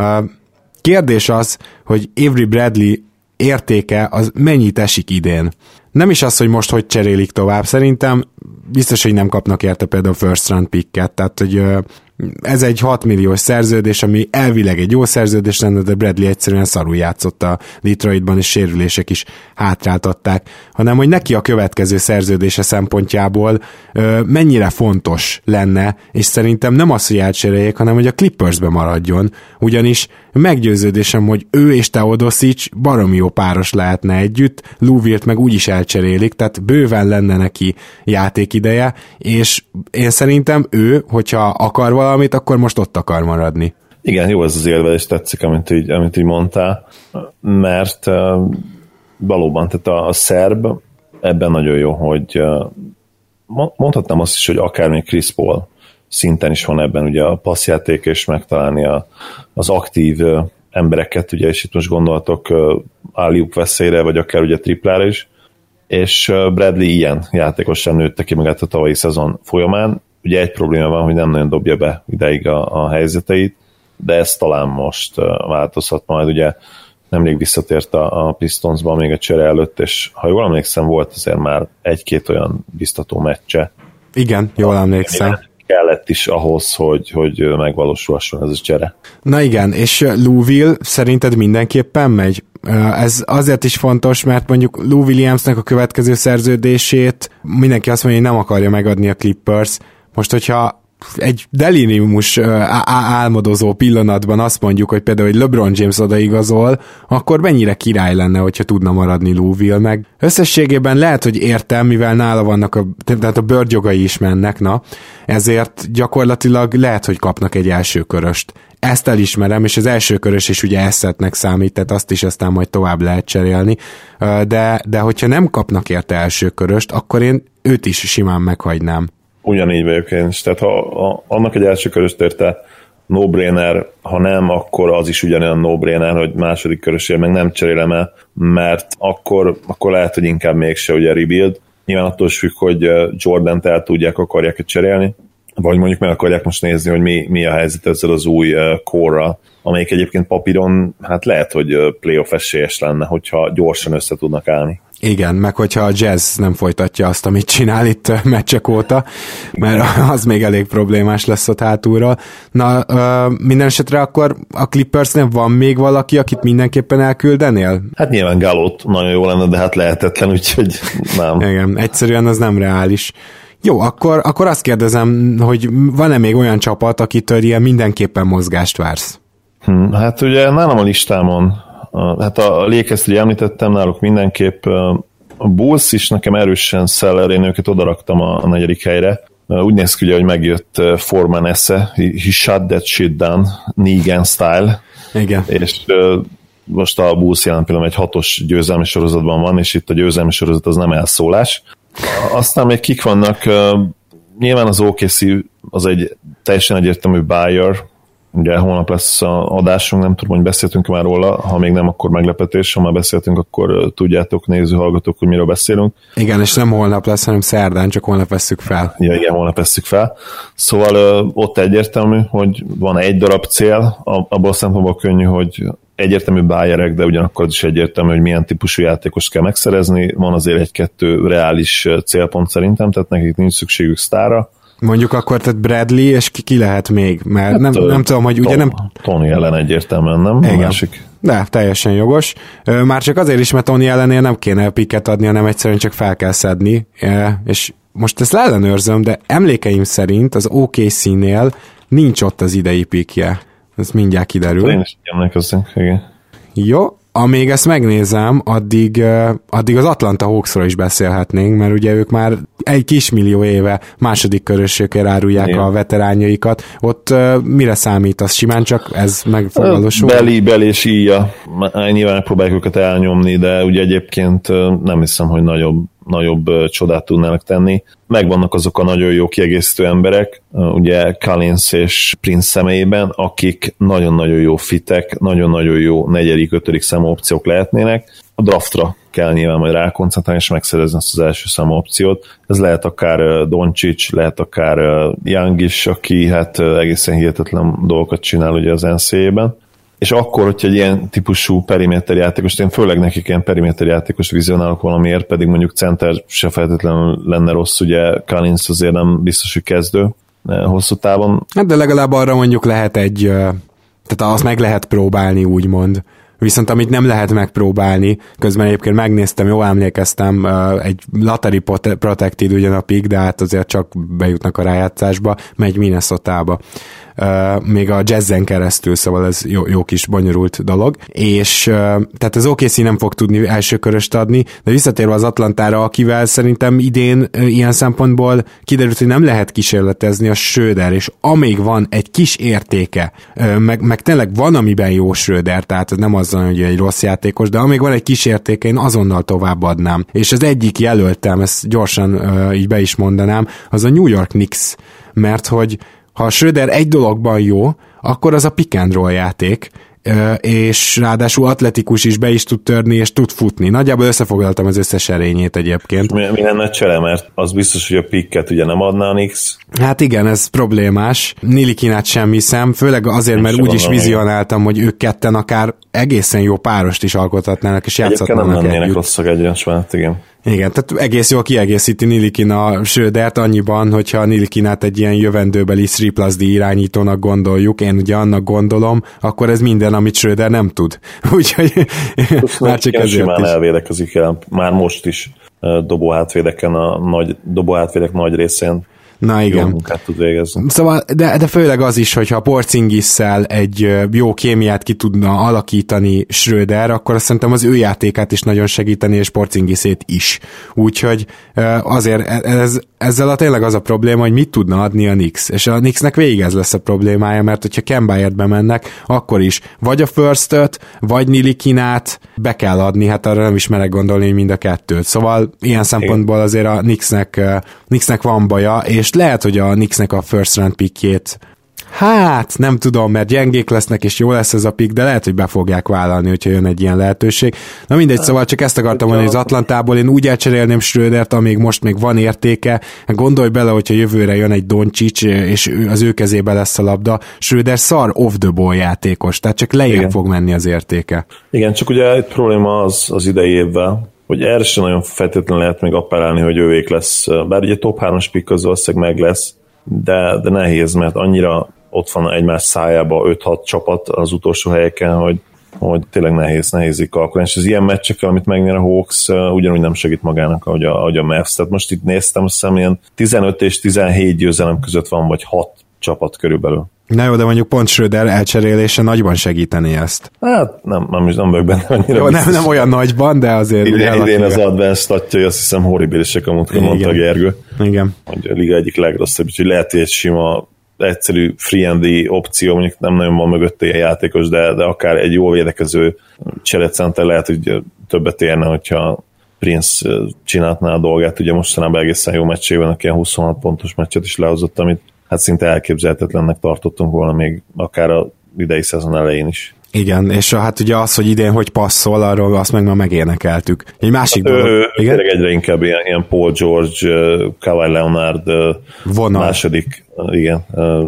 Kérdés az, hogy Avery Bradley értéke az mennyit esik idén. Nem is az, hogy most hogy cserélik tovább, szerintem biztos, hogy nem kapnak érte például first round picket, tehát hogy ez egy hat milliós szerződés, ami elvileg egy jó szerződés lenne, de Bradley egyszerűen szarul játszott a Detroitban, és sérülések is hátráltatták, hanem hogy neki a következő szerződése szempontjából ö, mennyire fontos lenne, és szerintem nem az, hogy elcseréljék, hanem hogy a Clippersbe maradjon, ugyanis meggyőződésem, hogy ő és Teodosic baromi jó páros lehetne együtt, Lou Wilt meg úgyis elcserélik, tehát bőven lenne neki játékideje, és én szerintem ő, hogyha akar valamit, akkor most ott akar maradni. Igen, jó ez az érvelés, tetszik, amit így, amit így mondtál, mert uh, valóban, tehát a, a szerb ebben nagyon jó, hogy uh, mondhatnám azt is, hogy akár még Chris Paul szinten is van ebben ugye a passzjáték, és megtalálni a, az aktív uh, embereket, ugye, és itt most gondolatok uh, alley-oop veszélyre, vagy akár ugye triplára is, és uh, Bradley ilyen játékosan nőtte ki magát a tavalyi szezon folyamán. Ugye egy probléma van, hogy nem nagyon dobja be ideig a, a helyzeteit, de ez talán most uh, változhat majd, ugye nemrég visszatért a, a Pistonsban még a csere előtt, és ha jól emlékszem, volt azért már egy-két olyan biztató meccse. Igen, jól emlékszem. Kellett is ahhoz, hogy, hogy megvalósulhasson ez a csere. Na igen, és Lou Will szerinted mindenképpen megy? Ez azért is fontos, mert mondjuk Lou Williamsnek a következő szerződését mindenki azt mondja, hogy nem akarja megadni a Clippers. Most, hogyha egy deliriumus álmodozó pillanatban azt mondjuk, hogy például, hogy LeBron James odaigazol, akkor mennyire király lenne, hogyha tudna maradni Lou Will meg. Összességében lehet, hogy értem, mivel nála vannak a, tehát a Bird jogai is mennek, na, ezért gyakorlatilag lehet, hogy kapnak egy első köröst. Ezt elismerem, és az első körös is ugye assetnek számít, tehát azt is aztán majd tovább lehet cserélni, de, de hogyha nem kapnak érte első köröst, akkor én őt is simán meghagynám. Ugyanígy vagyok én is, tehát ha, ha annak egy első köröst érte no-brainer, ha nem, akkor az is ugyanolyan no-brainer, hogy második körösért meg nem cserélem el, mert akkor, akkor lehet, hogy inkább mégse ugye rebuild. Nyilván attól is függ, hogy Jordant el tudják, akarják cserélni, vagy mondjuk meg akarják most nézni, hogy mi, mi a helyzet ezzel az új core-ral, amelyik egyébként papíron, hát lehet, hogy playoff esélyes lenne, hogyha gyorsan össze tudnak állni. Igen, meg hogyha a Jazz nem folytatja azt, amit csinál itt meccsek óta, mert az még elég problémás lesz ott hátulról. Na, minden esetre akkor a Clippersnél van még valaki, akit mindenképpen elküldenél? Hát nyilván Galót nagyon jó lenne, de hát lehetetlen, úgyhogy nem. Igen, egyszerűen az nem reális. Jó, akkor, akkor azt kérdezem, hogy van-e még olyan csapat, akitől ilyen mindenképpen mozgást vársz? Hmm, hát ugye nálam a listámon hát a Lakers-t ugye említettem, náluk mindenképp a Bulls is nekem erősen szeller, én őket odaraktam a, a negyedik helyre. Úgy néz ki ugye, hogy megjött Foreman esze, he, he shut that shit down, Negan style. Igen. És uh, most a Bulls jelen pillanatban egy hatos győzelmi sorozatban van, és itt a győzelmi sorozat az nem elszólás. Aztán még kik vannak, nyilván az o ká cé az egy teljesen egyértelmű buyer, ugye holnap lesz a adásunk, nem tudom, hogy beszéltünk már róla, ha még nem, akkor meglepetés, ha már beszéltünk, akkor tudjátok, néző, hallgatók, hogy miről beszélünk. Igen, és nem holnap lesz, hanem szerdán, csak holnap vesszük fel. Ja, igen, holnap vesszük fel. Szóval ott egyértelmű, hogy van egy darab cél, abból a szempontból könnyű, hogy egyértelmű buyerek, de ugyanakkor az is egyértelmű, hogy milyen típusú játékost kell megszerezni. Van azért egy-kettő reális célpont szerintem, tehát nekik nincs szükségük sztárra. Mondjuk akkor tehát Bradley, és ki, ki lehet még? Mert hát, nem, nem tudom, hogy ugye nem... Tony ellen egyértelműen, nem? Igen. Másik. De, teljesen jogos. Már csak azért is, mert Tony ellenél nem kéne picket adni, hanem egyszerűen csak fel kell szedni. És most ezt ellenőrzöm, de emlékeim szerint az o ká cé-nél nincs ott az idei pickje. Ez mindjárt kiderül. Én is emlékezzünk, igen. Jó, amíg ezt megnézem, addig, addig az Atlanta Hawksról is beszélhetnénk, mert ugye ők már egy kismillió éve második körösökkel árulják igen. a veteránjaikat. Ott uh, mire számít az? Simán csak ez meg fog valósulni? Beli, beli és íja. Nyilván próbáljuk őket elnyomni, de ugye egyébként nem hiszem, hogy nagyobb nagyobb csodát tudnának tenni. Megvannak azok a nagyon jó kiegészítő emberek, ugye Collins és Prince személyében, akik nagyon-nagyon jó fitek, nagyon-nagyon jó negyedik, ötödik számú opciók lehetnének. A draftra kell nyilván majd rákoncentrálni, és megszerezni ezt az első számú opciót. Ez lehet akár Doncic, lehet akár Young is, aki hát egészen hihetetlen dolgokat csinál ugye az en cé á-ben. És akkor, hogyha egy ilyen típusú periméter játékos, én főleg nekik ilyen periméter játékos vizionálok valamiért, pedig mondjuk center se feltétlenül lenne rossz, ugye Collins azért nem biztos, hogy kezdő hosszú távon. Hát de legalább arra mondjuk lehet egy, tehát azt meg lehet próbálni, úgymond. Viszont amit nem lehet megpróbálni, közben egyébként megnéztem, jól emlékeztem, egy lottery protected ugyan a pick, de hát azért csak bejutnak a rájátszásba, megy Minnesotába. Uh, még a Jazzen keresztül, szóval ez jó, jó kis bonyolult dolog, és uh, tehát az o ká cé nem fog tudni elsőköröst adni, de visszatérve az Atlantára, akivel szerintem idén uh, ilyen szempontból kiderült, hogy nem lehet kísérletezni, a Schröder, és amíg van egy kis értéke, uh, meg, meg tényleg van, amiben jó Schröder, tehát nem azzal, hogy egy rossz játékos, de amíg van egy kis értéke, én azonnal továbbadnám. És az egyik jelöltem, ezt gyorsan uh, így be is mondanám, az a New York Knicks, mert hogy ha a Schröder egy dologban jó, akkor az a pick and roll játék, és ráadásul atletikus is, be is tud törni, és tud futni. Nagyjából összefoglaltam az összes erényét egyébként. Mi, mi lenne csere, mert az biztos, hogy a picket ugye nem adná a Knicks. Hát igen, ez problémás. Nilikinát sem hiszem, főleg azért, mert úgy is vizionáltam, hogy ők ketten akár egészen jó párost is alkothatnának, és játszhatnának együtt. Egyébként nem lennének rosszak egyensúlyban, igen. Igen, tehát egész jól kiegészíti Nilikina Schrödert annyiban, hogyha Nilikinát egy ilyen jövendőbeli három plusz D irányítónak gondoljuk, én ugye annak gondolom, akkor ez minden, amit Schröder nem tud. Úgyhogy már csak ezért simán is. elvédekezik el, már most is dobóhátvédeken, a nagy, dobóhátvédek nagy részén. Na igen. Jó munkát tud végezni. Szóval, de, de főleg az is, hogyha Porzingisszel egy jó kémiát ki tudna alakítani Schröder, akkor azt szerintem az ő játékát is nagyon segíteni, és Porzingisét is. Úgyhogy azért ez, ezzel a tényleg az a probléma, hogy mit tudna adni a Knicks. És a Knicksnek végig ez lesz a problémája, mert hogyha Kembayert bemennek, akkor is vagy a Firstöt, vagy Nilikinát be kell adni, hát arra nem is merek gondolni mind a kettőt. Szóval ilyen szempontból azért a Knicksnek, Knicksnek van baja, és és lehet, hogy a Knicksnek a first round pickjét hát nem tudom, mert gyengék lesznek, és jó lesz ez a pick, de lehet, hogy be fogják vállalni, hogyha jön egy ilyen lehetőség. Na mindegy, szóval csak ezt akartam mondani, hogy az Atlantából én úgy elcserélném Schrödert, amíg most még van értéke. Gondolj bele, hogyha jövőre jön egy Doncic, és az ő kezébe lesz a labda. Schröder szar off-the-ball játékos, tehát csak lejjebb Igen. fog menni az értéke. Igen, csak ugye egy probléma az az idei évvel, hogy erre sem nagyon feltétlenül lehet még appellálni, hogy ővék lesz. Bár ugye top hármas pick az valószínűleg meg lesz, de, de nehéz, mert annyira ott van egymás szájába öt-hat csapat az utolsó helyeken, hogy, hogy tényleg nehéz, nehéz kalkulálni. És az ilyen meccsekkel, amit megnyer a Hawks, ugyanúgy nem segít magának, ahogy a, ahogy a Mavs. Tehát most itt néztem, azt hiszem, ilyen tizenöt és tizenhét győzelem között van, vagy hat csapat körülbelül. Na jó, de mondjuk pont Schröder elcserélése nagyban segíteni ezt. Hát nem, nem, nem vagyok benne annyira. Jó, nem, nem olyan nagyban, de azért... Idén, idén az advanced statjai, azt hiszem horribilisek, amúgy mondta Gergő. Igen. Hogy a liga egyik legrosszabb, úgyhogy lehet, hogy egy sima egyszerű free and D opció, mondjuk nem nagyon van mögötte ilyen játékos, de, de akár egy jó védekező cserecenter lehet, hogy többet érne, hogyha Prince csináltná a dolgát, ugye mostanában egészen jó meccsében, aki ilyen huszonhat pontos meccset is lehozott, amit hát szinte elképzelhetetlennek tartottunk volna még akár a idei szezon elején is. Igen, és hát ugye az, hogy idén hogy passzol, arról azt meg már megénekeltük. Egy másik hát dolog. Ő, igen? Tényleg egyre inkább ilyen, ilyen Paul George, Kawhi Leonard vonal. Második, igen,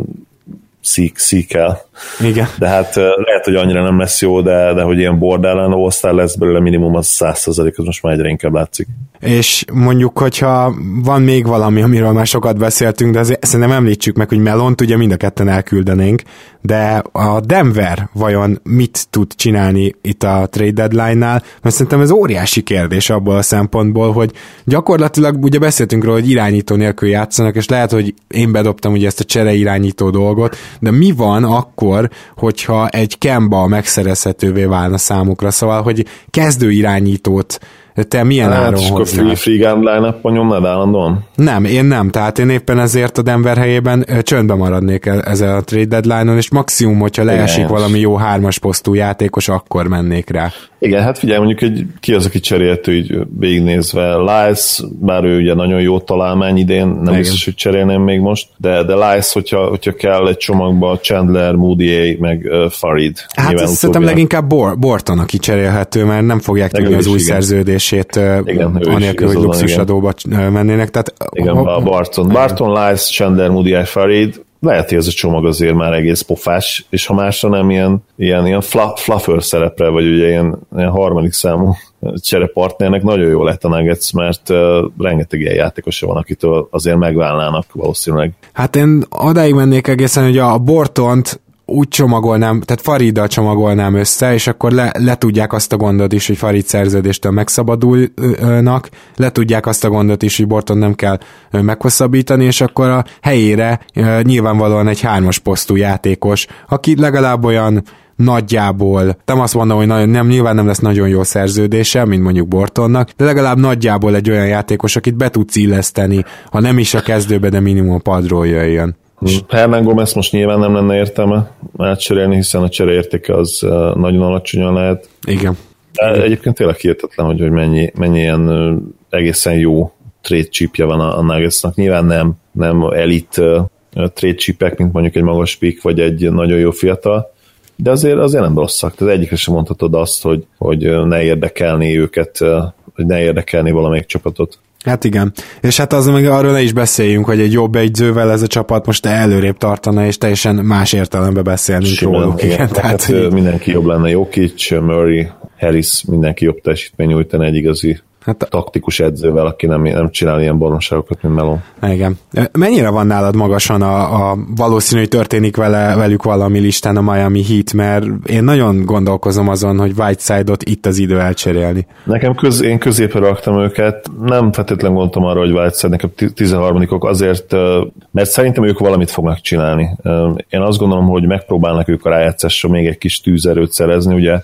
szíkel. Igen. De hát lehet, hogy annyira nem lesz jó, de, de hogy ilyen borderline all-star lesz belőle minimum az száz százalék, az most már egyre inkább látszik. És mondjuk, hogyha van még valami, amiről már sokat beszéltünk, de azért szerintem említsük meg, hogy Melont ugye mind a ketten elküldenénk, de a Denver vajon mit tud csinálni itt a trade deadline-nál, mert szerintem ez óriási kérdés abból a szempontból, hogy gyakorlatilag ugye beszéltünk róla, hogy irányító nélkül játszanak, és lehet, hogy én bedobtam ugye ezt a csere irányító dolgot, de mi van akkor, hogyha egy Kemba megszerezhetővé válna számukra, szóval, hogy kezdő irányítót te milyen hát, áron hoznál? Free, free gun line-up-on nyomnád állandóan? Nem, én nem, tehát én éppen ezért a Denver helyében csöndbe maradnék ezzel a trade deadline-on, és maximum, hogyha leesik igen, valami jó hármas posztú játékos, akkor mennék rá. Igen, hát figyelj, mondjuk egy, ki az, aki cserélhető így végignézve. Lyles, bár ő ugye nagyon jó találmány idén, nem igen. biztos, hogy cserélném még most, de, de Lyles, hogyha, hogyha kell egy csomagba Chandler, Moody, meg uh, Farid. Hát ez szerintem leginkább Bor- Borton, aki cserélhető, mert nem fogják tudni az új igen. szerződését, igen, anélkül, hogy luxusadóba mennének. Tehát, igen, a Barton. Barton, Lyles, Chandler, Moody, Farid, lehet, hogy ez a csomag azért már egész pofás, és ha másra nem ilyen, ilyen, ilyen fluffer szerepre, vagy ugye ilyen, ilyen harmadik számú cserepartnernek nagyon jó lett a Nuggets, mert uh, rengeteg ilyen játékosa van, akitől azért megválnának valószínűleg. Hát én odáig mennék egészen, hogy a Bortont úgy csomagolnám, tehát Fariddal csomagolnám össze, és akkor le, le tudják azt a gondot is, hogy Farid szerződéstől megszabadulnak, le tudják azt a gondot is, hogy Borton nem kell meghosszabbítani, és akkor a helyére nyilvánvalóan egy hármas posztú játékos, aki legalább olyan nagyjából, nem azt mondom, hogy nagyon, nem, nyilván nem lesz nagyon jó szerződése, mint mondjuk Bortonnak, de legalább nagyjából egy olyan játékos, akit be tudsz illeszteni, ha nem is a kezdőbe, de minimum a padról jöjjön. Hernán Gomez most nyilván nem lenne értelme átcserélni, hiszen a csereértéke az nagyon alacsonyan lehet. Igen. De egyébként tényleg hihetetlen, hogy, hogy mennyi, mennyi ilyen egészen jó trade chipje van a, a Nuggetsnak. Nyilván nem, nem elit trade chipek, mint mondjuk egy magas pick, vagy egy nagyon jó fiatal, de azért, azért nem rosszak. Tehát egyikre sem mondhatod azt, hogy, hogy ne érdekelni őket, hogy ne érdekelni valamelyik csapatot. Hát igen, és hát az meg arról ne is beszéljünk, hogy egy jobb egyzővel ez a csapat most előrébb tartana, és teljesen más értelemben beszélnünk Simán, róluk. Igen, igen. Tehát, hát, mindenki jobb lenne, Jokic, Murray, Harris, mindenki jobb teljesítmény nyújtani egy igazi hát, taktikus edzővel, aki nem, nem csinál ilyen baromságokat, mint Melon. Igen. Mennyire van nálad magasan a, a valószínű, hogy történik vele, velük valami listán a Miami Heat, mert én nagyon gondolkozom azon, hogy Whiteside-ot itt az idő elcserélni. Nekem köz, én középre raktam őket, nem feltétlenül gondoltam arra, hogy Whiteside nekem tizenharmadikok azért, mert szerintem ők valamit fognak csinálni. Én azt gondolom, hogy megpróbálnak ők a rájátszásra még egy kis tűzerőt szerezni, ugye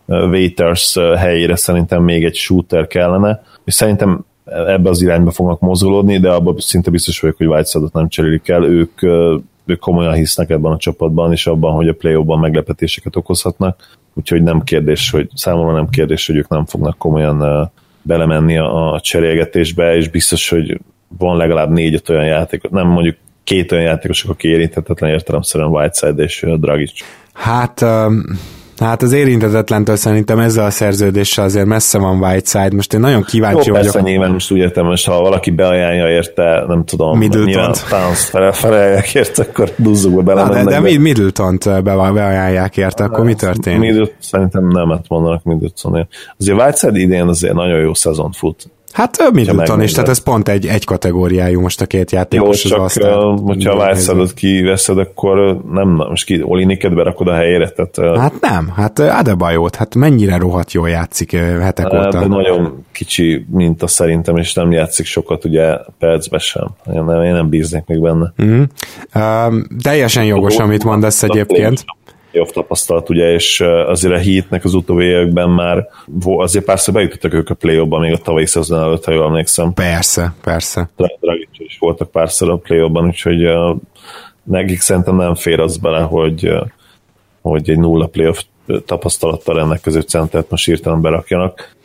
Waiters helyére szerintem még egy shooter kellene, és szerintem ebbe az irányba fognak mozgolódni, de abban szinte biztos vagyok, hogy Whiteside-ot nem cserélik el, ők, ők komolyan hisznek ebben a csapatban, és abban, hogy a play-offban meglepetéseket okozhatnak, úgyhogy nem kérdés, hogy számomra nem kérdés, hogy ők nem fognak komolyan belemenni a, a cserélgetésbe, és biztos, hogy van legalább négy-öt olyan játékos, nem mondjuk két olyan játékosok, aki érinthetetlen értelemszerűen Whiteside és Dragic. Hát... Um... Hát az érintetetlentől szerintem ezzel a szerződéssel azért messze van Whiteside. Most én nagyon kíváncsi Jó, vagyok. Persze nyilván most úgy értem, most ha valaki beajánlja érte, nem tudom, nyilván Towns felajánlják érte, akkor duzzukba belemennek. De, de be. Middletont beajánlják érte, akkor mi történik? Middleton, szerintem nemet mondanak Middletonért. Azért Whiteside idén azért nagyon jó szezon fut. Hát Middleton is, tehát ez pont egy, egy kategóriájú most a két játékos. Jó, csak aztán, hogyha a Whiteside-ot kiveszed, akkor nem, most ki Oliniket berakod a helyére. Tehát, hát nem, hát Adebayot, hát mennyire rohadt jól játszik hetek óta. De nagyon kicsi minta szerintem, és nem játszik sokat ugye percbe sem. Én nem, én nem bíznék még benne. Uh-huh. Uh, teljesen jogos, amit mondasz egyébként. Jobb tapasztalat, ugye, és azért a Heatnek az utóbbi években már azért párszor bejutottak ők a play-offba, még a tavalyi szezon előtt, ha jól emlékszem. Persze, persze. Dragic is voltak párszor a play-offban, úgyhogy uh, nekik szerintem nem fér az bele, hogy, uh, hogy egy nulla play-off tapasztalattal rendelkező centert most hirtelen berakjanak.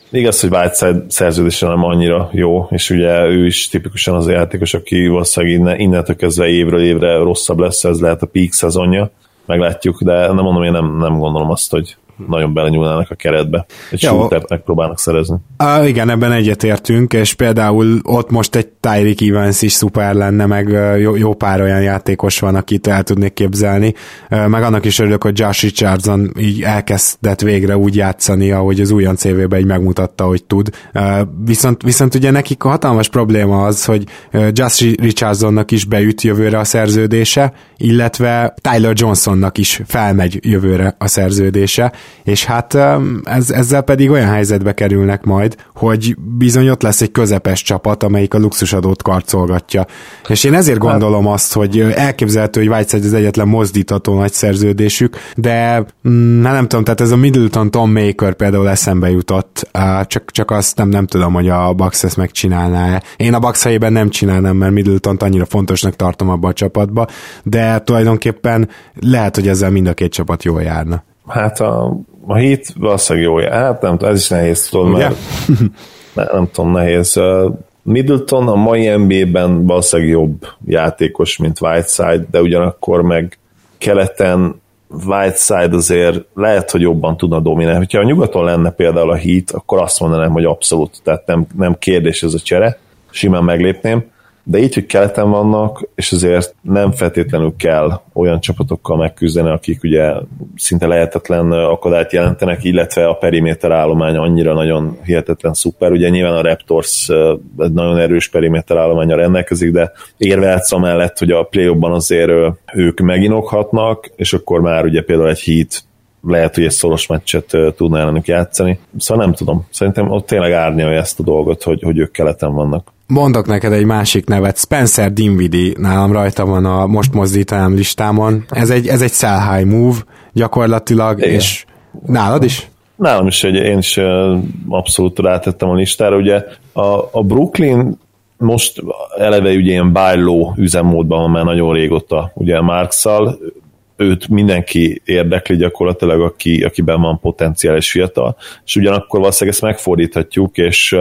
Igaz, hogy Whiteside szerződése nem annyira jó, és ugye ő is tipikusan az a játékos, aki valószínűleg innen, innentől kezdve évről évre rosszabb lesz, ez lehet a peak szezonja, meglátjuk, de nem mondom, én nem, nem gondolom azt, hogy nagyon belenyúlnának a keretbe. Egy shootert megpróbálnak szerezni. Ah, igen, ebben egyetértünk, és például ott most egy Tyreek Evans is szuper lenne, meg jó, jó pár olyan játékos van, akit el tudnék képzelni, meg annak is örülök, hogy Josh Richardson így elkezdett végre úgy játszani, ahogy az újon cé vében így megmutatta, hogy tud. Viszont, viszont ugye nekik a hatalmas probléma az, hogy Josh Richardsonnak is beüt jövőre a szerződése, illetve Tyler Johnsonnak is felmegy jövőre a szerződése, és hát ez, ezzel pedig olyan helyzetbe kerülnek majd, hogy bizony ott lesz egy közepes csapat, amelyik a luxusadót karcolgatja. És én ezért gondolom azt, hogy elképzelhető, hogy Whiteside az egyetlen mozdítható nagy szerződésük, de mm, nem tudom, tehát ez a Middleton Tom Maker például eszembe jutott, csak, csak azt nem, nem tudom, hogy a Bucks ezt megcsinálná-e. Én a Bucks helyében nem csinálnám, mert Middletont annyira fontosnak tartom abba a csapatba, de tulajdonképpen lehet, hogy ezzel mind a két csapat jól járna. Hát a, a Heat valószínűleg jó. Hát nem tudom, ez is nehéz, tudom, mert nem, nem tudom, nehéz. Middleton a mai en bé á-ben valószínűleg jobb játékos, mint Whiteside, de ugyanakkor meg keleten Whiteside azért lehet, hogy jobban tudna dominálni. Ha a nyugaton lenne például a Heat, akkor azt mondanám, hogy abszolút, tehát nem, nem kérdés ez a csere, simán meglépném, de így, hogy keleten vannak, és azért nem feltétlenül kell olyan csapatokkal megküzdeni, akik ugye szinte lehetetlen akadályt jelentenek, illetve a periméter állomány annyira nagyon hihetetlen szuper. Ugye nyilván a Raptors egy nagyon erős periméter állománnyal rendelkezik, de érvehetsz amellett, hogy a play-offban azért ők meginokhatnak, és akkor már ugye például egy Heat lehet, hogy egy szoros meccset tudna ellenük játszani. Szóval nem tudom. Szerintem ott tényleg árnyalja ezt a dolgot, hogy, hogy ők keleten vannak. Mondok neked egy másik nevet, Spencer Dinwiddie, nálam rajta van a most mozdítanám listámon. Ez egy, ez egy sell high move gyakorlatilag, igen. És nálad is? Nálam is, hogy én is abszolút rátettem a listára. Ugye a, a Brooklyn most eleve ugye ilyen buy low üzemmódban van már nagyon régóta, ugye Marks-szal, őt mindenki érdekli gyakorlatilag, aki, akiben van potenciális fiatal, és ugyanakkor valószínűleg ezt megfordíthatjuk, és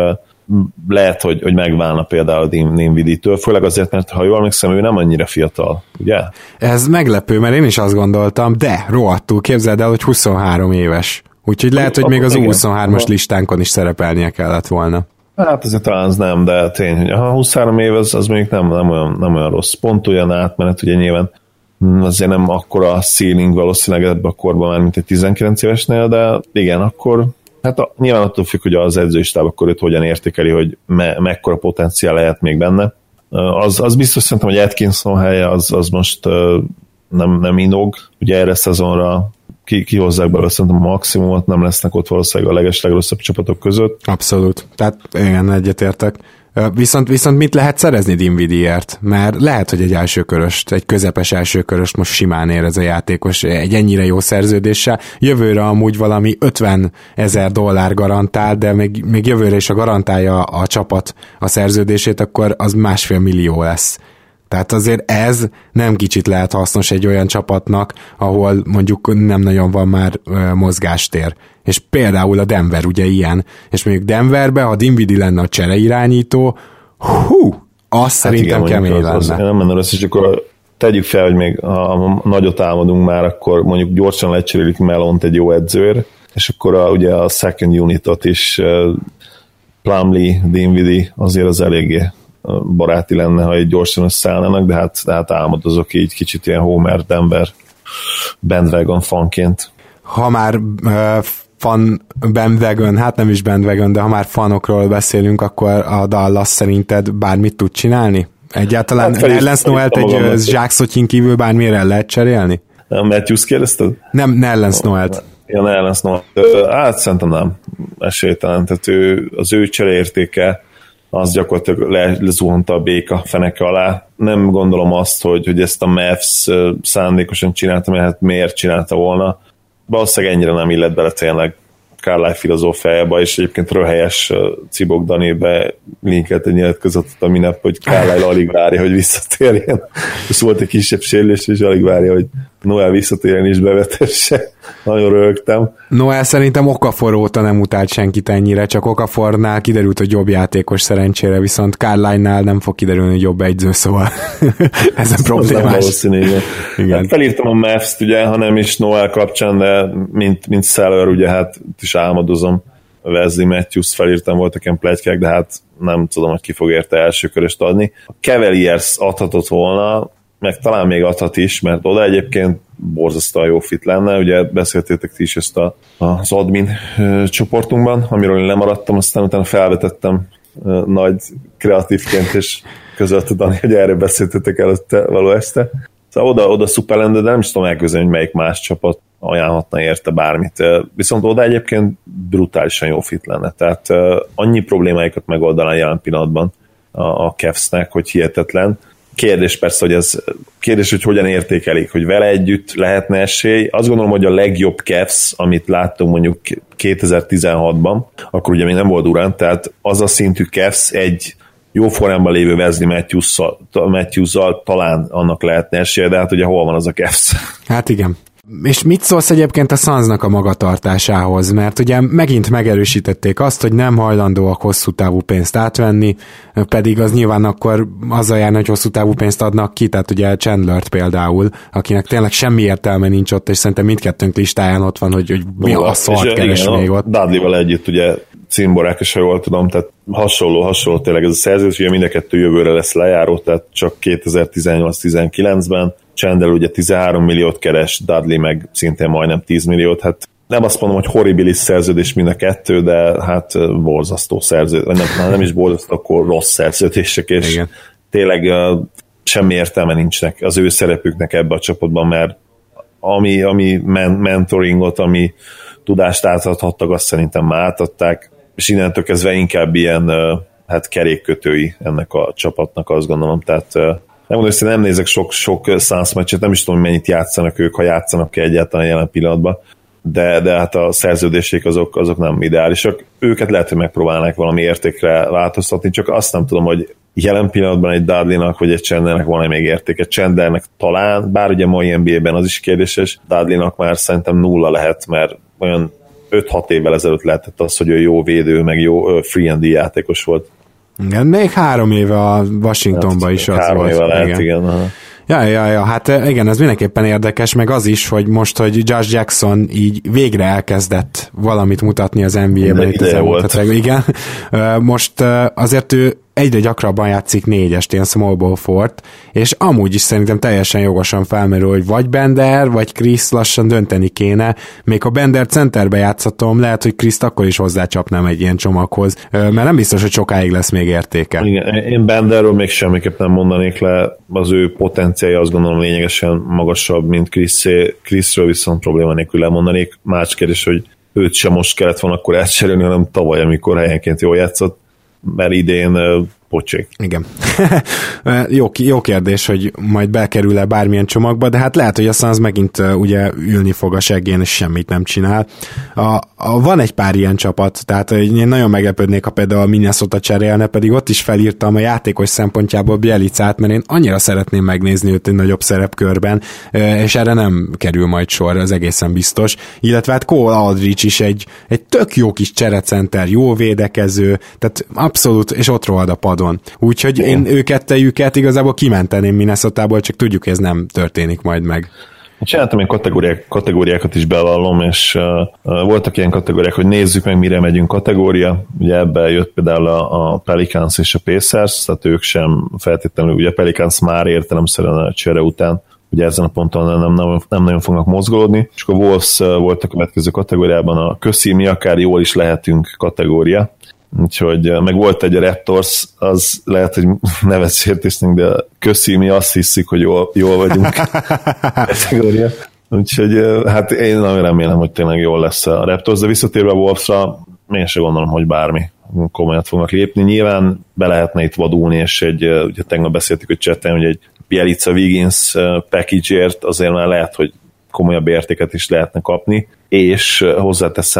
lehet, hogy, hogy megválna például a Dinwiddie-től, főleg azért, mert ha jól emlékszem, ő nem annyira fiatal, ugye? Ez meglepő, mert én is azt gondoltam, de rohadtul képzeld el, hogy huszonhárom éves. Úgyhogy lehet, hogy még az U huszonhármas listánkon is szerepelnie kellett volna. Hát azért talán az nem, de tény, hogy ha huszonhárom év, az, az mondjuk nem, nem, olyan, nem olyan rossz. Pont olyan átmenet, ugye nyilván azért nem akkora a ceiling valószínűleg ebben a korban már, mint egy tizenkilenc évesnél, de igen, akkor hát a, nyilván attól függ, hogy az edzőistáb akkor őt hogyan értékeli, hogy me, mekkora potenciál lehet még benne. Az, az biztos szerintem, hogy Atkinson helye az, az most nem, nem inog, ugye erre szezonra ki, kihozzák belőle szerintem a maximumot, nem lesznek ott valószínűleg a legeslegrosszabb csapatok között. Abszolút, tehát igen, egyetértek. Viszont, viszont mit lehet szerezni Dinwiddie-ért? Mert lehet, hogy egy elsőköröst, egy közepes elsőköröst most simán ér ez a játékos egy ennyire jó szerződéssel. Jövőre amúgy valami ötven ezer dollár garantál, de még, még jövőre is a garantálja a csapat a szerződését, akkor az másfél millió lesz. Tehát azért ez nem kicsit lehet hasznos egy olyan csapatnak, ahol mondjuk nem nagyon van már ö, mozgástér. És például a Denver ugye ilyen. És mondjuk Denverbe, ha Dinwiddie lenne a csereirányító, hú, az hát szerintem igen, kemény lenne. Az, az, nem menne össze, és akkor tegyük fel, hogy még ha nagyot álmodunk már, akkor mondjuk gyorsan lecserélik Melont egy jó edzőr, és akkor a, ugye a second unitot is uh, Plumlee, Dinwiddie azért az eléggé baráti lenne, ha egy gyorsan összeállnának, de hát, de hát álmodozok így kicsit ilyen Homer Denver bandwagon fanként. Ha már uh, fan bandwagon, hát nem is bandwagon, de ha már fanokról beszélünk, akkor a Dallas szerinted bármit tud csinálni? Egyáltalán hát Nerlens Noelt egy zsákszotyin kívül bármire el lehet cserélni? Nem, Matthews kérdezted? Nem, Nerlens Noelt. Ja, Nerlens Noelt. Hát szerintem nem. Esélytelen. Tehát ő, az ő csereértéke az gyakorlatilag le, lezuhanta a béka feneke alá. Nem gondolom azt, hogy, hogy ezt a Mavs szándékosan csinálta, mert hát miért csinálta volna. Valószínűleg ennyire nem illet bele tényleg Carlisle filozófiájába, és egyébként röhelyes Cibok Danébe linkelt egy nyilatkozatot a minap, hogy Carlisle alig várja, hogy visszatérjen. És volt egy kisebb sérülés, és alig várja, hogy Noel visszatérjen is bevetesse. Nagyon röhögtem. Noel szerintem Okafor óta nem utált senkit ennyire, csak Okafornál kiderült, hogy jobb játékos szerencsére, viszont Carline-nál nem fog kiderülni, hogy jobb egyző, szóval ez a problémás. Igen. Igen. Hát felírtam a Mavs-t, ugye, ha nem is Noel kapcsán, de mint, mint seller, ugye, hát is álmodozom. Wesley Matthews felírtam, voltak ilyen pletykák, de hát nem tudom, hogy ki fog érte első köröst adni. A Cavaliers adhatott volna, meg talán még adhat is, mert oda egyébként borzasztóan jó fit lenne, ugye beszéltétek ti is ezt a, az admin ö, csoportunkban, amiről én lemaradtam, aztán utána felvetettem ö, nagy kreatívként, és közölte Dani, hogy erről beszéltetek előtte való este. Szóval oda, oda szuper lenne, de nem is tudom elképzelni, hogy melyik más csapat ajánlhatna érte bármit. Viszont oda egyébként brutálisan jó fit lenne, tehát annyi problémáikat megoldaná jelen pillanatban a, a Cavs-nek, hogy hihetetlen. Kérdés persze, hogy ez kérdés, hogy hogyan értékelik, hogy vele együtt lehetne esély. Azt gondolom, hogy a legjobb Cavs, amit láttunk mondjuk kétezer-tizenhatban, akkor ugye még nem volt Durant, tehát az a szintű Cavs egy jó formában lévő Wesley Matthews-szal, Matthews-zal talán annak lehetne esélye, de hát ugye hol van az a Cavs? Hát igen. És mit szólsz egyébként a Sunsnak a magatartásához? Mert ugye megint megerősítették azt, hogy nem hajlandóak hosszú távú pénzt átvenni, pedig az nyilván akkor azzal járna, hogy hosszú távú pénzt adnak ki, tehát ugye Chandlert például, akinek tényleg semmi értelme nincs ott, és szerintem mindkettőnk listáján ott van, hogy, hogy mi a szart keres igen, még ott. Dudley-vel együtt ugye címborák, és ha jól tudom, tehát hasonló, hasonló tényleg ez a szerződés, ugye mind a kettő jövőre lesz lejáró, tehát csak kétezer-tizennyolc-tizenkilencben Chandler ugye tizenhárom milliót keres, Dudley meg szintén majdnem tíz milliót, hát nem azt mondom, hogy horribilis szerződés mind a kettő, de hát borzasztó szerződés, nem, nem is borzasztó, akkor rossz szerződések, és igen. Tényleg uh, semmi értelme nincsnek az ő szerepüknek ebbe a csapatban, mert ami, ami men- mentoringot, ami tudást átadhattak, azt szerintem már átadták, és innentől kezdve inkább ilyen uh, hát kerékkötői ennek a csapatnak, azt gondolom, tehát uh, nem mondom, hogy nem nézek sok, sok Suns meccset, nem is tudom, mennyit játszanak ők, ha játszanak-e egyáltalán jelen pillanatban, de, de hát a szerződések azok, azok nem ideálisak. Őket lehet, hogy megpróbálnák valami értékre változtatni, csak azt nem tudom, hogy jelen pillanatban egy Dudleynak vagy egy Chandlernek van-e még értéke. Chandlernek talán, bár ugye mai en bé á-ben az is kérdéses, Dudleynak már szerintem nulla lehet, mert olyan öt-hat évvel ezelőtt lehetett az, hogy ő jó védő, meg jó free and D játékos volt. Igen, még három éve a Washingtonban is az három volt. Három éve lehet, igen. igen ja, ja, ja, hát igen, ez mindenképpen érdekes, meg az is, hogy most, hogy Josh Jackson így végre elkezdett valamit mutatni az en bé á-ben. Ideje volt. Igen, most azért ő egyre gyakrabban játszik négyest, ilyen small ball fort, és amúgy is szerintem teljesen jogosan felmerül, hogy vagy Bender, vagy Chris lassan dönteni kéne. Még ha Bender centerbe játszhatom, lehet, hogy Chris akkor is hozzácsapnám egy ilyen csomaghoz, mert nem biztos, hogy sokáig lesz még értéke. Igen, én Benderről még semmiképp nem mondanék le, az ő potenciálja azt gondolom lényegesen magasabb, mint Chrisé. Chrisről viszont probléma nélkül lemondanék. Más kérdés, hogy őt sem most kellett volna akkor elcserélni, hanem tavaly, amikor helyenként jól játszott, mert idén uh, pocsék. Igen. jó, jó kérdés, hogy majd bekerül-e bármilyen csomagba, de hát lehet, hogy a Suns megint uh, ugye ülni fog a seggén, és semmit nem csinál. A, a, van egy pár ilyen csapat, tehát én nagyon meglepődnék, ha például a Minnesota cserélne, pedig ott is felírtam a játékos szempontjából Bjelicát, mert én annyira szeretném megnézni őt egy nagyobb szerepkörben, uh, és erre nem kerül majd sor, az egészen biztos. Illetve hát Cole Aldrich is egy, egy tök jó kis cserecenter, jó védekező, tehát abszolút, és ott rohad a padon. Úgyhogy én őkettejüket igazából kimenteném Minnesotából, csak tudjuk, hogy ez nem történik majd meg. Csináltam ilyen kategóriák, kategóriákat is bevallom, és uh, voltak ilyen kategóriák, hogy nézzük meg, mire megyünk kategória. Ugye ebben jött például a, a Pelicans és a Pacers, tehát ők sem feltétlenül, ugye a Pelicans már értelemszerűen a csere után, ugye ezen a ponton nem, nem, nem nagyon fognak mozgolódni, és a Wolves volt a következő kategóriában, a köszi, mi akár jól is lehetünk kategória. Úgyhogy meg volt egy a Raptors, az lehet, hogy nevet sértésnek, de köszi, mi azt hiszik, hogy jól, jól vagyunk. Úgyhogy hát én nagyon remélem, hogy tényleg jól lesz a Raptors, de visszatérve a Wolvesra, én sem gondolom, hogy bármi komolyat fognak lépni. Nyilván be lehetne itt vadulni, és egy, ugye tegnap beszéltük, hogy chatten, hogy egy Bjelica Wiggins package-ért azért már lehet, hogy komolyabb értéket is lehetne kapni, és hozzáteszem,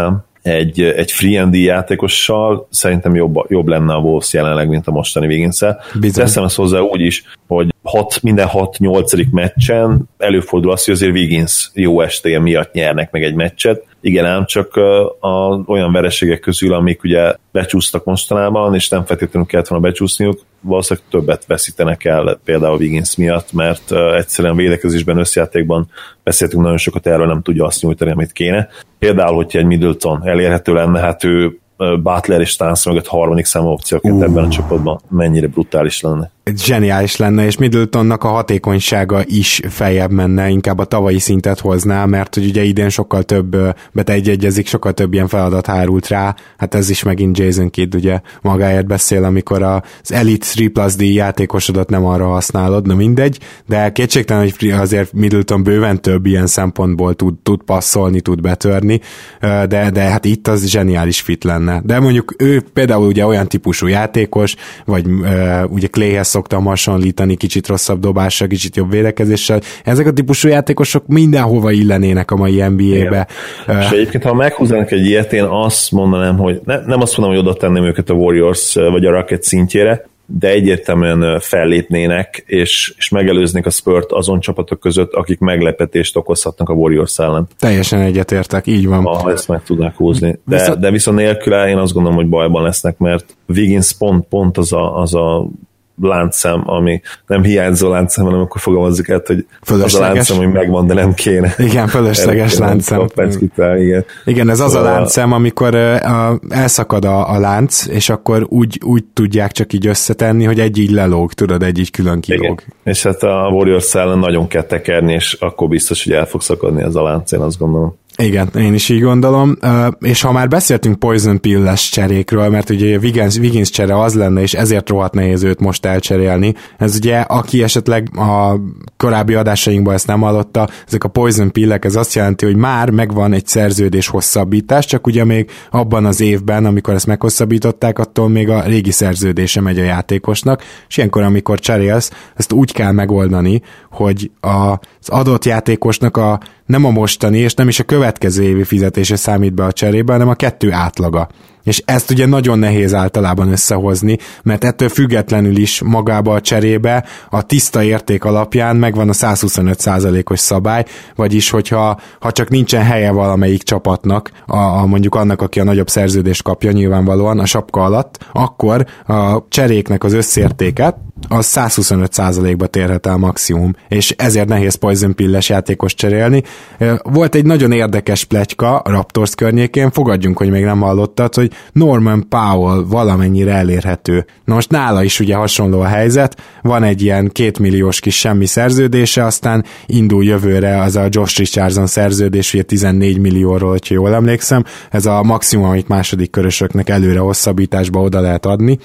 egy, egy free and D játékossal szerintem jobb, jobb lenne a Wolves jelenleg, mint a mostani Wiggins-szel. Teszem ezt hozzá úgy is, hogy hat, minden hat-nyolcadik meccsen előfordul az, hogy azért Wiggins jó estéje miatt nyernek meg egy meccset. Igen, ám csak a, olyan vereségek közül, amik ugye becsúsztak mostanában, és nem feltétlenül kellett volna becsúszniuk, valószínűleg többet veszítenek el például Wiggins miatt, mert egyszerűen védekezésben, összjátékban beszéltünk nagyon sokat erről, nem tudja azt nyújtani, amit kéne. Például, hogyha egy Middleton elérhető lenne, hát ő Butler és Towns mögött harmadik számú opcióként uh. ebben a csapatban mennyire brutális lenne. Zseniális lenne, és Middletonnak a hatékonysága is feljebb menne, inkább a tavalyi szintet hozná, mert hogy ugye idén sokkal több betegyegyezik, sokkal több ilyen feladat hárult rá, hát ez is megint Jason Kidd ugye magáért beszél, amikor az Elite három plusz D játékosodat nem arra használod, na mindegy, de kétségtelen, hogy azért Middleton bőven több ilyen szempontból tud, tud passzolni, tud betörni, de, de hát itt az zseniális fit lenne. De mondjuk ő például ugye olyan típusú játékos, vagy ugye Clayhez szoktam hasonlítani, kicsit rosszabb dobással, kicsit jobb védekezéssel. Ezek a típusú játékosok mindenhova illenének a mai en bé á-be. Uh, és egyébként, ha meghúznának egy ilyet, én azt mondanám, hogy ne, nem azt mondom, hogy oda tenném őket a Warriors vagy a Rocket szintjére, de egyértelműen fellépnének, és, és megelőznék a Spurt azon csapatok között, akik meglepetést okozhatnak a Warriors ellen. Teljesen egyetértek, így van. Ha ezt meg tudnák húzni. De viszont, de viszont nélküle én azt gondolom, hogy bajban lesznek, mert Wiggins pont, pont az a, az a láncszem, ami nem hiányzó láncszem, hanem akkor fogalmazzuk el, hogy az a láncszem, ami megvan, de nem kéne. Igen, fölösleges láncszem. Igen. Igen, ez az a láncszem, amikor uh, elszakad a, a lánc, és akkor úgy, úgy tudják csak így összetenni, hogy egy így lelóg, tudod, egy így külön kilóg. Igen. És hát a Warriors ellen nagyon kell tekerni, és akkor biztos, hogy el fog szakadni ez a lánc, én azt gondolom. Igen, én is így gondolom, és ha már beszéltünk Poison Pill-es cserékről, mert ugye Wiggins, Wiggins csere az lenne, és ezért rohadt nehéz őt most elcserélni. Ez ugye, aki esetleg a korábbi adásainkban ezt nem hallotta, ezek a Poison Pill-ek, ez azt jelenti, hogy már megvan egy szerződés hosszabbítás, csak ugye még abban az évben, amikor ezt meghosszabbították, attól még a régi szerződése megy a játékosnak, és ilyenkor, amikor cserélsz, ezt úgy kell megoldani, hogy az adott játékosnak a nem a mostani, és nem is a következő évi fizetése számít be a cserébe, hanem a kettő átlaga. És ezt ugye nagyon nehéz általában összehozni, mert ettől függetlenül is magába a cserébe a tiszta érték alapján megvan a száz huszonöt százalékos szabály, vagyis hogyha ha csak nincsen helye valamelyik csapatnak, a, a mondjuk annak, aki a nagyobb szerződést kapja nyilvánvalóan a sapka alatt, akkor a cseréknek az összértéket az száz huszonöt százalékba térhet el maximum, és ezért nehéz Poison Pill-es játékos cserélni. Volt egy nagyon érdekes pletyka a Raptors környékén, fogadjunk, hogy még nem hallottad, hogy Norman Powell valamennyire elérhető. Na most nála is ugye hasonló a helyzet, van egy ilyen kétmilliós kis semmi szerződése, aztán indul jövőre az a Josh Richardson szerződés, ugye tizennégy millióról, hogyha jól emlékszem, ez a maximum, amit második körösöknek előre hosszabbításba oda lehet adni,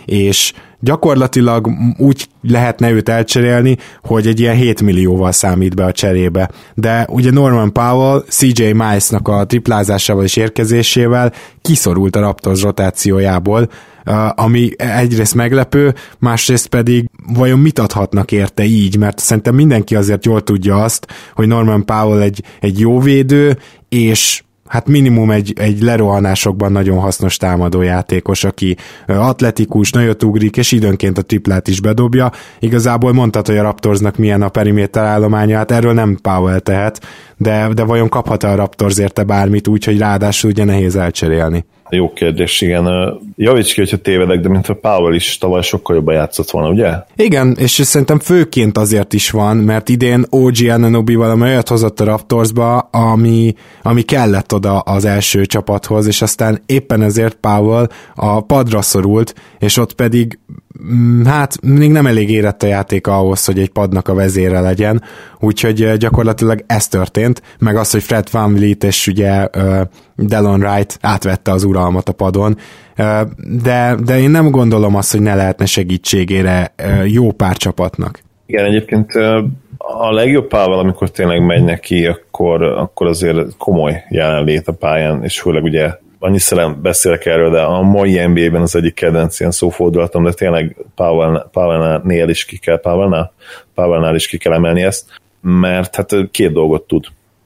és gyakorlatilag úgy lehetne őt elcserélni, hogy egy ilyen hét millióval számít be a cserébe. De ugye Norman Powell cé jé Miles-nak a triplázásával és érkezésével kiszorult a Raptors rotációjából, ami egyrészt meglepő, másrészt pedig vajon mit adhatnak érte így, mert szerintem mindenki azért jól tudja azt, hogy Norman Powell egy, egy jó védő, és hát minimum egy, egy lerohanásokban nagyon hasznos támadójátékos, aki atletikus, nagyot ugrik, és időnként a triplát is bedobja. Igazából mondtad, hogy a Raptorsnak milyen a periméter állománya, hát erről nem Powell tehet, de, de vajon kaphat-e a Raptors érte bármit úgy, hogy ráadásul ugye nehéz elcserélni? Jó kérdés, igen. Javíts ki, hogyha tévedek, de mint a Powell is tavaly sokkal jobban játszott volna, ugye? Igen, és szerintem főként azért is van, mert idén o gé Anunoby valami olyat hozott a Raptorsba, ami, ami kellett oda az első csapathoz, és aztán éppen ezért Powell a padra szorult, és ott pedig hát még nem elég érett a játék ahhoz, hogy egy padnak a vezére legyen, úgyhogy gyakorlatilag ez történt, meg az, hogy Fred VanVleet és ugye uh, Delon Wright átvette az uralmat a padon, uh, de, de én nem gondolom azt, hogy ne lehetne segítségére uh, jó pár csapatnak. Igen, egyébként uh, a legjobb Powell, amikor tényleg megy neki, akkor, akkor azért komoly jelenlét a pályán, és főleg ugye annyiszor beszélek erről, de a mai en bé á-ben az egyik kedvenc ilyen szófordulatom, de tényleg Powell, Powell-nél is ki kell, Powell-nál? Powell-nál is ki kell emelni ezt, mert hát két dolgot tud.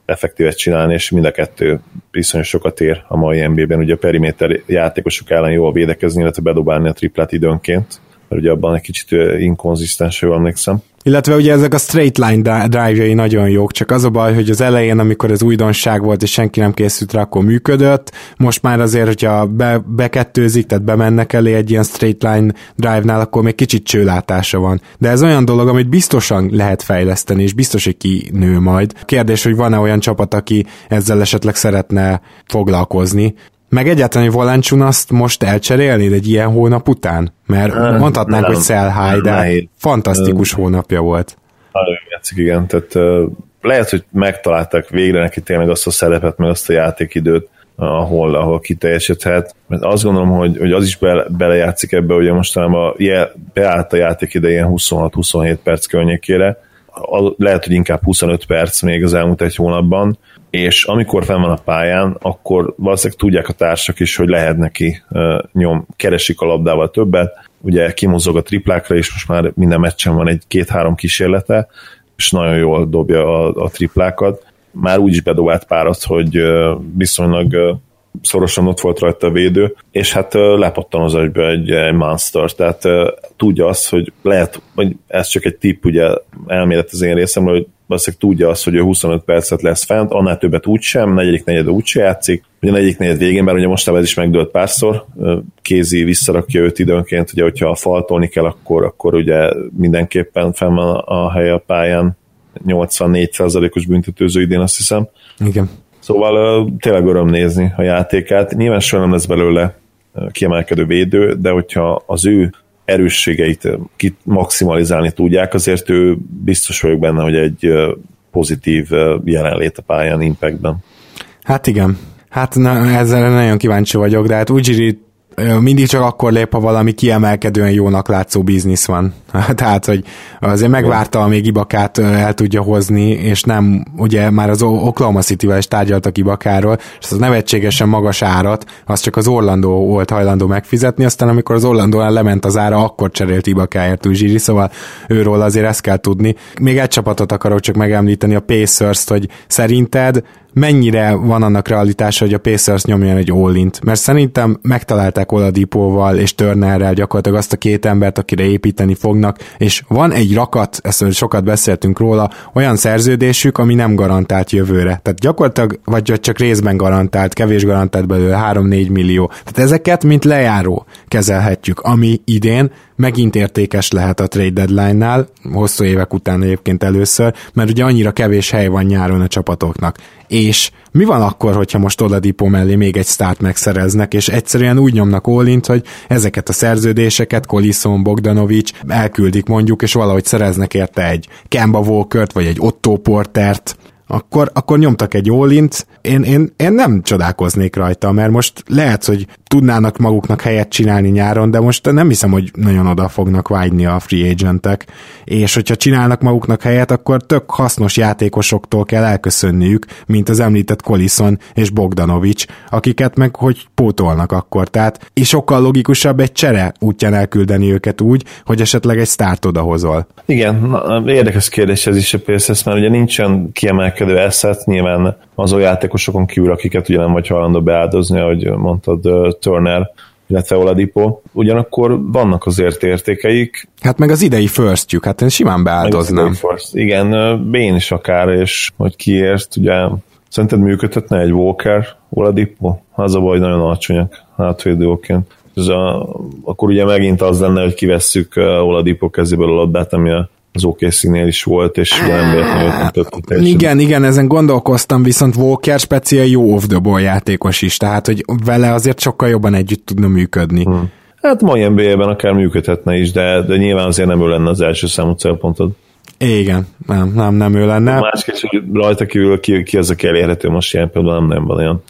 effektívet csinálni, és mind a kettő viszonyos sokat ér a mai en bé á-ben. Ugye a periméter játékosok ellen jól védekezni, illetve bedobálni a triplát időnként, mert ugye abban egy kicsit inkonzisztens, jól emlékszem. Illetve ugye ezek a straight line drive-jai nagyon jók, csak az a baj, hogy az elején, amikor ez újdonság volt, és senki nem készült rá, akkor működött. Most már azért, hogyha be, bekettőzik, tehát bemennek elé egy ilyen straight line drive-nál, akkor még kicsit csőlátása van. De ez olyan dolog, amit biztosan lehet fejleszteni, és biztos, hogy kinő majd. Kérdés, hogy van-e olyan csapat, aki ezzel esetleg szeretne foglalkozni. Meg egyáltalán, hogy Valanciunast most elcserélnéd egy ilyen hónap után? Mert nem, mondhatnánk, nem, hogy sell high, de nehéz. Fantasztikus nem. hónapja volt. Nagyon játszik, igen. Tehát uh, lehet, hogy megtalálták végre neki tényleg azt a szerepet, meg azt a játékidőt, ahol, ahol kiteljesedhet. Mert azt gondolom, hogy, hogy az is bele, belejátszik ebbe, hogy mostanában beállt a játékide ilyen huszonhat-huszonhét perc környékére. Lehet, hogy inkább huszonöt perc még az elmúlt egy hónapban, és amikor fenn van a pályán, akkor valószínűleg tudják a társak is, hogy lehet neki uh, nyom, keresik a labdával többet, ugye kimozog a triplákra, és most már minden meccsen van egy két-három kísérlete, és nagyon jól dobja a, a triplákat. Már úgy is bedobált párat, hogy uh, viszonylag uh, szorosan ott volt rajta a védő, és hát uh, lepattan az agyba egy, egy monster, tehát uh, tudja azt, hogy lehet, hogy ez csak egy tipp, ugye elmélet az én részemről, hogy valószínűleg tudja azt, hogy ő huszonöt percet lesz fent, annál többet úgysem, negyedik negyed úgyse játszik, ugye negyedik negyed végén, mert ugye mostában ez is megdőlt párszor, Kézi visszarakja őt időnként, ugye hogyha faltolni kell, akkor, akkor ugye mindenképpen fenn van a helye a pályán, nyolcvannégy százalékos büntetőző idén, azt hiszem. Igen. Szóval tényleg öröm nézni a játékát. Nyilván soha nem lesz belőle kiemelkedő védő, de hogyha az ő erősségeit maximalizálni tudják, azért ő biztos vagyok benne, hogy egy pozitív jelenlét a pályán, impactben. Hát igen. Hát na, ezzel nagyon kíváncsi vagyok, de hát Ujiri mindig csak akkor lép, ha valami kiemelkedően jónak látszó biznisz van. Tehát, hogy azért megvárta, amíg Ibakát el tudja hozni, és nem, ugye már az Oklahoma City-vel is tárgyaltak Ibakáról, és az nevetségesen magas árat, az csak az Orlando volt hajlandó megfizetni, aztán amikor az Orlandónál lement az ára, akkor cserélt Ibakáért Ujiri, szóval őről azért ezt kell tudni. Még egy csapatot akarok csak megemlíteni, a Pacers-t, hogy szerinted mennyire van annak realitása, hogy a Pacers nyomjon egy all-int? Mert szerintem megtalálták Oladipóval és Turnerrel gyakorlatilag azt a két embert, akire építeni fognak, és van egy rakat, ezt sokat beszéltünk róla, olyan szerződésük, ami nem garantált jövőre. Tehát gyakorlatilag, vagy csak részben garantált, kevés garantált belőle, három-négy millió. Tehát ezeket, mint lejáró kezelhetjük, ami idén megint értékes lehet a trade deadline-nál, hosszú évek után egyébként először, mert ugye annyira kevés hely van nyáron a csapatoknak. És mi van akkor, hogyha most Oladipo mellé még egy sztárt megszereznek, és egyszerűen úgy nyomnak all-int, hogy ezeket a szerződéseket Collison, Bogdanovic elküldik mondjuk, és valahogy szereznek érte egy Kemba Walkert, vagy egy Otto Portert, akkor, akkor nyomtak egy all-int, én, én, én nem csodálkoznék rajta, mert most lehet, hogy tudnának maguknak helyet csinálni nyáron, de most nem hiszem, hogy nagyon oda fognak vágyni a free agentek, és hogyha csinálnak maguknak helyet, akkor tök hasznos játékosoktól kell elköszönniük, mint az említett Collison és Bogdanovic, akiket meg hogy pótolnak akkor, tehát és sokkal logikusabb egy csere útján elküldeni őket úgy, hogy esetleg egy sztárt odahozol. Igen, na, érdekes kérdés ez is a Pacers, mert ugye nincsen kiemelkedő asset, nyilván azon játékosokon kívül, akiket ugye nem vagy hajlandó beáldozni, ahogy mondtad, Turner, illetve Oladipo. Ugyanakkor vannak azért értékeik. Hát meg az idei firstjük, hát én simán beáldoznám. First. Igen, Bane is akár, és hogy kiért, ugye szerinted működhetne egy Walker, Oladipo? Az a baj, nagyon alacsonyak hátvédőként. A, akkor ugye megint az lenne, hogy kivesszük Oladipo kezéből a labdát, ami a az o ká cé-nél is volt, és nem véletlenül. Igen, igen, ezen gondolkoztam, viszont Walker speciál jó off-the-ball játékos is, tehát, hogy vele azért sokkal jobban együtt tudna működni. Hmm. Hát mai en bé á-ben akár működhetne is, de, de nyilván azért nem ő lenne az első számú célpontod. Igen, nem, nem, nem ő lenne. Másképp, hogy rajta kívül ki, ki az, aki elérhető most ilyen például nem, nem van olyan.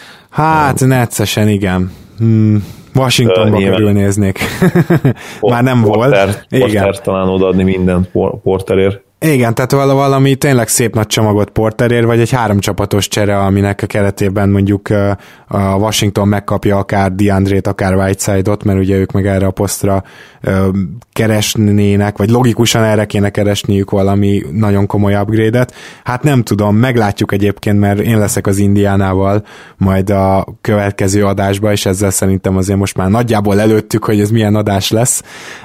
Hát, um, neccesen, igen. Hmm. Washingtonba körülnéznék. Már nem Porter, volt. Porter talán odaadni mindent Porterért. Igen, tehát valami tényleg szép nagy csomagot Porterér, vagy egy három csapatos csere, aminek a keretében mondjuk a Washington megkapja akár DeAndre-t, akár Whiteside-ot, mert ugye ők meg erre a posztra keresnének, vagy logikusan erre kéne keresniük valami nagyon komoly upgrade-et. Hát nem tudom, meglátjuk egyébként, mert én leszek az Indiánával majd a következő adásba, és ezzel szerintem azért most már nagyjából előttük, hogy ez milyen adás lesz,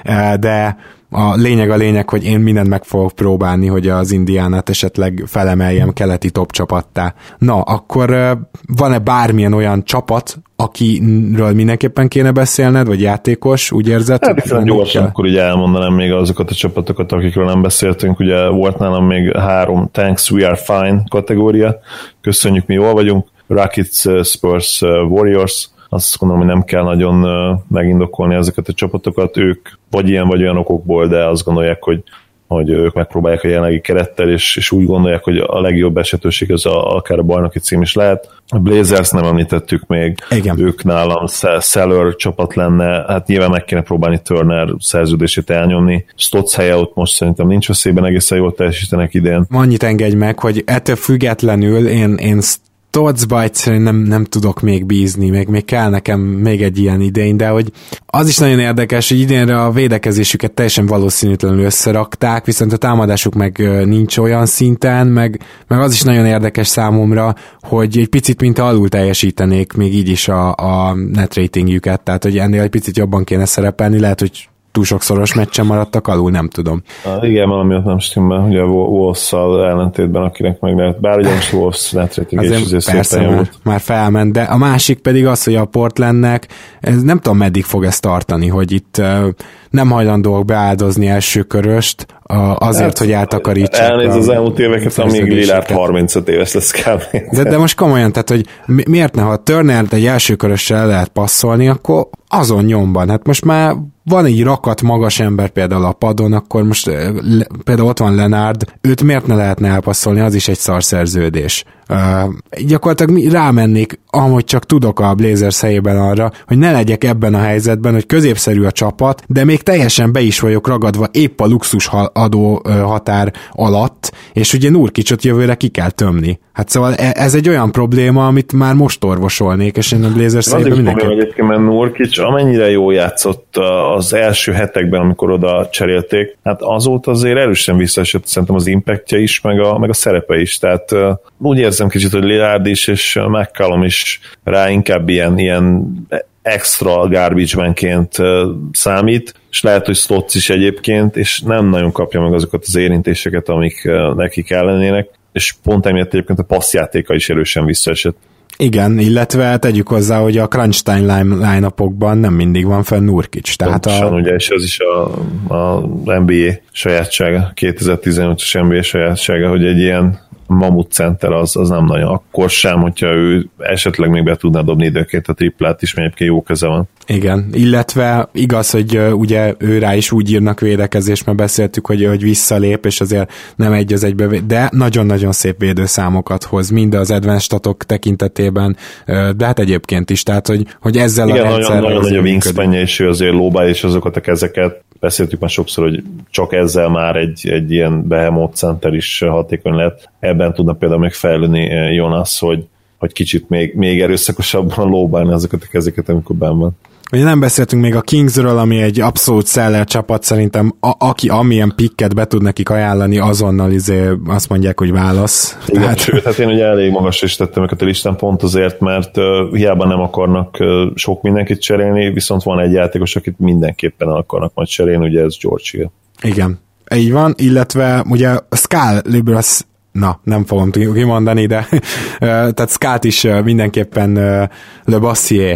de a lényeg a lényeg, hogy én mindent meg fogok próbálni, hogy az Indiánát esetleg felemeljem keleti top csapattá. Na, akkor van-e bármilyen olyan csapat, akiről mindenképpen kéne beszélned, vagy játékos, úgy érzed? Hát viszont gyorsan, akkor ugye elmondanám még azokat a csapatokat, akikről nem beszéltünk. Ugye volt nálam még három Thanks, We Are Fine kategória. Köszönjük, mi jól vagyunk. Rockets, Spurs, Warriors. Azt gondolom, hogy nem kell nagyon megindokolni ezeket a csapatokat. Ők vagy ilyen, vagy olyan okokból, de azt gondolják, hogy, hogy ők megpróbálják a jelenlegi kerettel, és, és úgy gondolják, hogy a legjobb esetőség az a, akár a bajnoki cím is lehet. A Blazers nem említettük még. Igen. Ők nálam Seller csapat lenne, hát nyilván meg kéne próbálni Turner szerződését elnyomni. Stotts helye ott most szerintem nincs veszélyben, egészen jól teljesítenek idén. Annyit engedj meg, hogy ettől függetlenül én, én Stottsba egyszerűen nem, nem tudok még bízni, még, még kell nekem még egy ilyen idény, de hogy az is nagyon érdekes, hogy idénre a védekezésüket teljesen valószínűtlenül összerakták, viszont a támadásuk meg nincs olyan szinten, meg, meg az is nagyon érdekes számomra, hogy egy picit mint alul teljesítenék még így is a, a net ratingjüket, tehát hogy ennél egy picit jobban kéne szerepelni, lehet, hogy túl sokszoros meccsen maradtak alul, nem tudom. Ah, igen, valami ott nem stimmel, ugye a Wolves-szal ellentétben, akinek meg lehet, bár ugye most Wolves net rating és azért persze már, már felment, de a másik pedig az, hogy a Portlandnek, ez nem tudom meddig fog ezt tartani, hogy itt uh, nem hajlandóak beáldozni első köröst uh, azért, hát, hogy eltakarítsák. Elnéz az elmúlt éveket, amíg Lillard harmincöt éves lesz kb. De, de most komolyan, tehát, hogy mi, miért ne, ha a Turnert egy első körössel lehet passzolni, akkor azon nyomban. Hát most már van egy rakat magas ember például a padon, akkor most le, például ott van Leonard, őt miért ne lehetne elpasszolni, az is egy szar szerződés. Uh, gyakorlatilag rámennék, ahogy csak tudok a Blazers helyében arra, hogy ne legyek ebben a helyzetben, hogy középszerű a csapat, de még teljesen be is vagyok ragadva épp a luxus adó uh, határ alatt, és ugye Nurkicsot jövőre ki kell tömni. Hát szóval ez egy olyan probléma, amit már most orvosolnék, és én a Blazers helyében mindenki... Az is egyébként, mert Nurkic amennyire jól játszott az első hetekben, amikor oda cserélték, hát azóta azért erősen visszaesett szerintem az impactja is, meg a, meg a szerepe is, tehát uh, úgy érzem kicsit, hogy Lillard is, és McCallum is rá inkább ilyen, ilyen extra garbage manként uh, számít, és lehet, hogy Stotts is egyébként, és nem nagyon kapja meg azokat az érintéseket, amik uh, neki kellenének, és pont emiatt egyébként a passzjátéka is erősen visszaesett. Igen, illetve tegyük hozzá, hogy a crunch time line-upokban nem mindig van fenn Nurkic. Tehát Pontosan, a... ugye, és ez is a, a en bé á sajátsága, kétezer-tizenötös en bé á sajátsága, hogy egy ilyen mamut center az, az nem nagyon. Akkor sem, hogyha ő esetleg még be tudná dobni időnként a triplát is, mert egyébként jó keze van. Igen, illetve igaz, hogy uh, ugye ő rá is úgy írnak védekezést, mert beszéltük, hogy, hogy visszalép, és azért nem egy az egybe, de nagyon-nagyon szép védőszámokat hoz, mind az advanced statok tekintetében, uh, de hát egyébként is, tehát hogy, hogy ezzel igen, a rendszerrel... Igen, nagyon nagy a wingspanje, és ő azért lóbál, és azokat a kezeket beszéltük már sokszor, hogy csak ezzel már egy, egy ilyen behemoth center is hatékony lehet. Ebben tudna például még fejlődni Jonas, hogy, hogy kicsit még, még erőszakosabban lóbálni azokat a kezeket, amikor benn van. Ugye nem beszéltünk még a Kingsről, ami egy abszolút szeller csapat, szerintem a, aki amilyen pikket be tud nekik ajánlani, azonnal izé azt mondják, hogy válasz. Igen, tehát... sőt, hát én ugye elég magas is tettem őket a listán pont azért, mert uh, hiába nem akarnak uh, sok mindenkit cserélni, viszont van egy játékos, akit mindenképpen el akarnak majd cserélni, ugye ez George Hill. Igen, így van, illetve ugye Skal Libras, na, nem fogom kimondani, de tehát Scott is mindenképpen Le Bassier,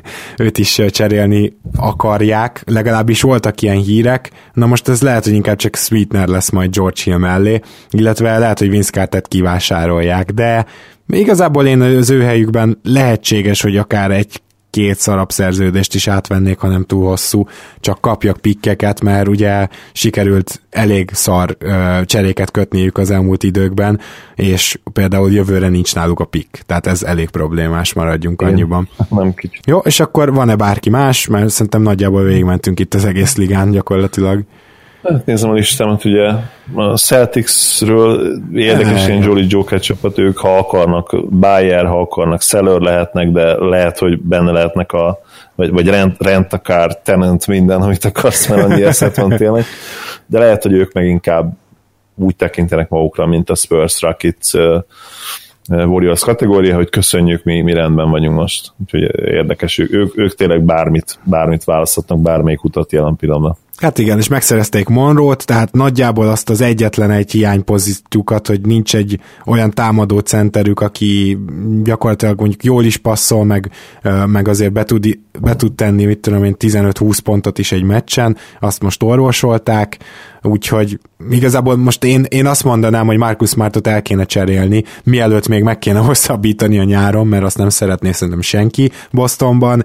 őt is cserélni akarják, legalábbis voltak ilyen hírek, na most ez lehet, hogy inkább csak Sweetener lesz majd George Hill mellé, illetve lehet, hogy Vince Carter-t kivásárolják, de igazából én az ő helyükben lehetséges, hogy akár egy két szarabb szerződést is átvennék, ha nem túl hosszú, csak kapjak pikkeket, mert ugye sikerült elég szar ö, cseréket kötniük az elmúlt időkben, és például jövőre nincs náluk a pikk, tehát ez elég problémás, maradjunk igen, annyiban. Nem kicsit. Jó, és akkor van-e bárki más, mert szerintem nagyjából végigmentünk itt az egész ligán gyakorlatilag. Hát nézem a listámat, ugye a Celticsről érdekes ilyen Jolly Joker csapat, ők ha akarnak Bayer, ha akarnak Seller lehetnek, de lehet, hogy benne lehetnek a vagy, vagy rent, rent a car, tenant, minden, amit akarsz, mert annyi eszet van tényleg. De lehet, hogy ők meg inkább úgy tekintenek magukra, mint a Spurs, Rockets, uh, Warriors kategória, hogy köszönjük, mi, mi rendben vagyunk most. Úgyhogy érdekes, ők, ők tényleg bármit, bármit választhatnak, bármelyik utat jelen pillanatban. Hát igen, és megszerezték Monroe-t, tehát nagyjából azt az egyetlen egy hiánypozíciókat, hogy nincs egy olyan támadó centerük, aki gyakorlatilag mondjuk jól is passzol, meg, meg azért be tud, be tud tenni, mit tudom én, tizenöt-húsz pontot is egy meccsen, azt most orvosolták, úgyhogy igazából most én, én azt mondanám, hogy Marcus Smartot el kéne cserélni, mielőtt még meg kéne hosszabbítani a nyáron, mert azt nem szeretné szerintem senki Bostonban,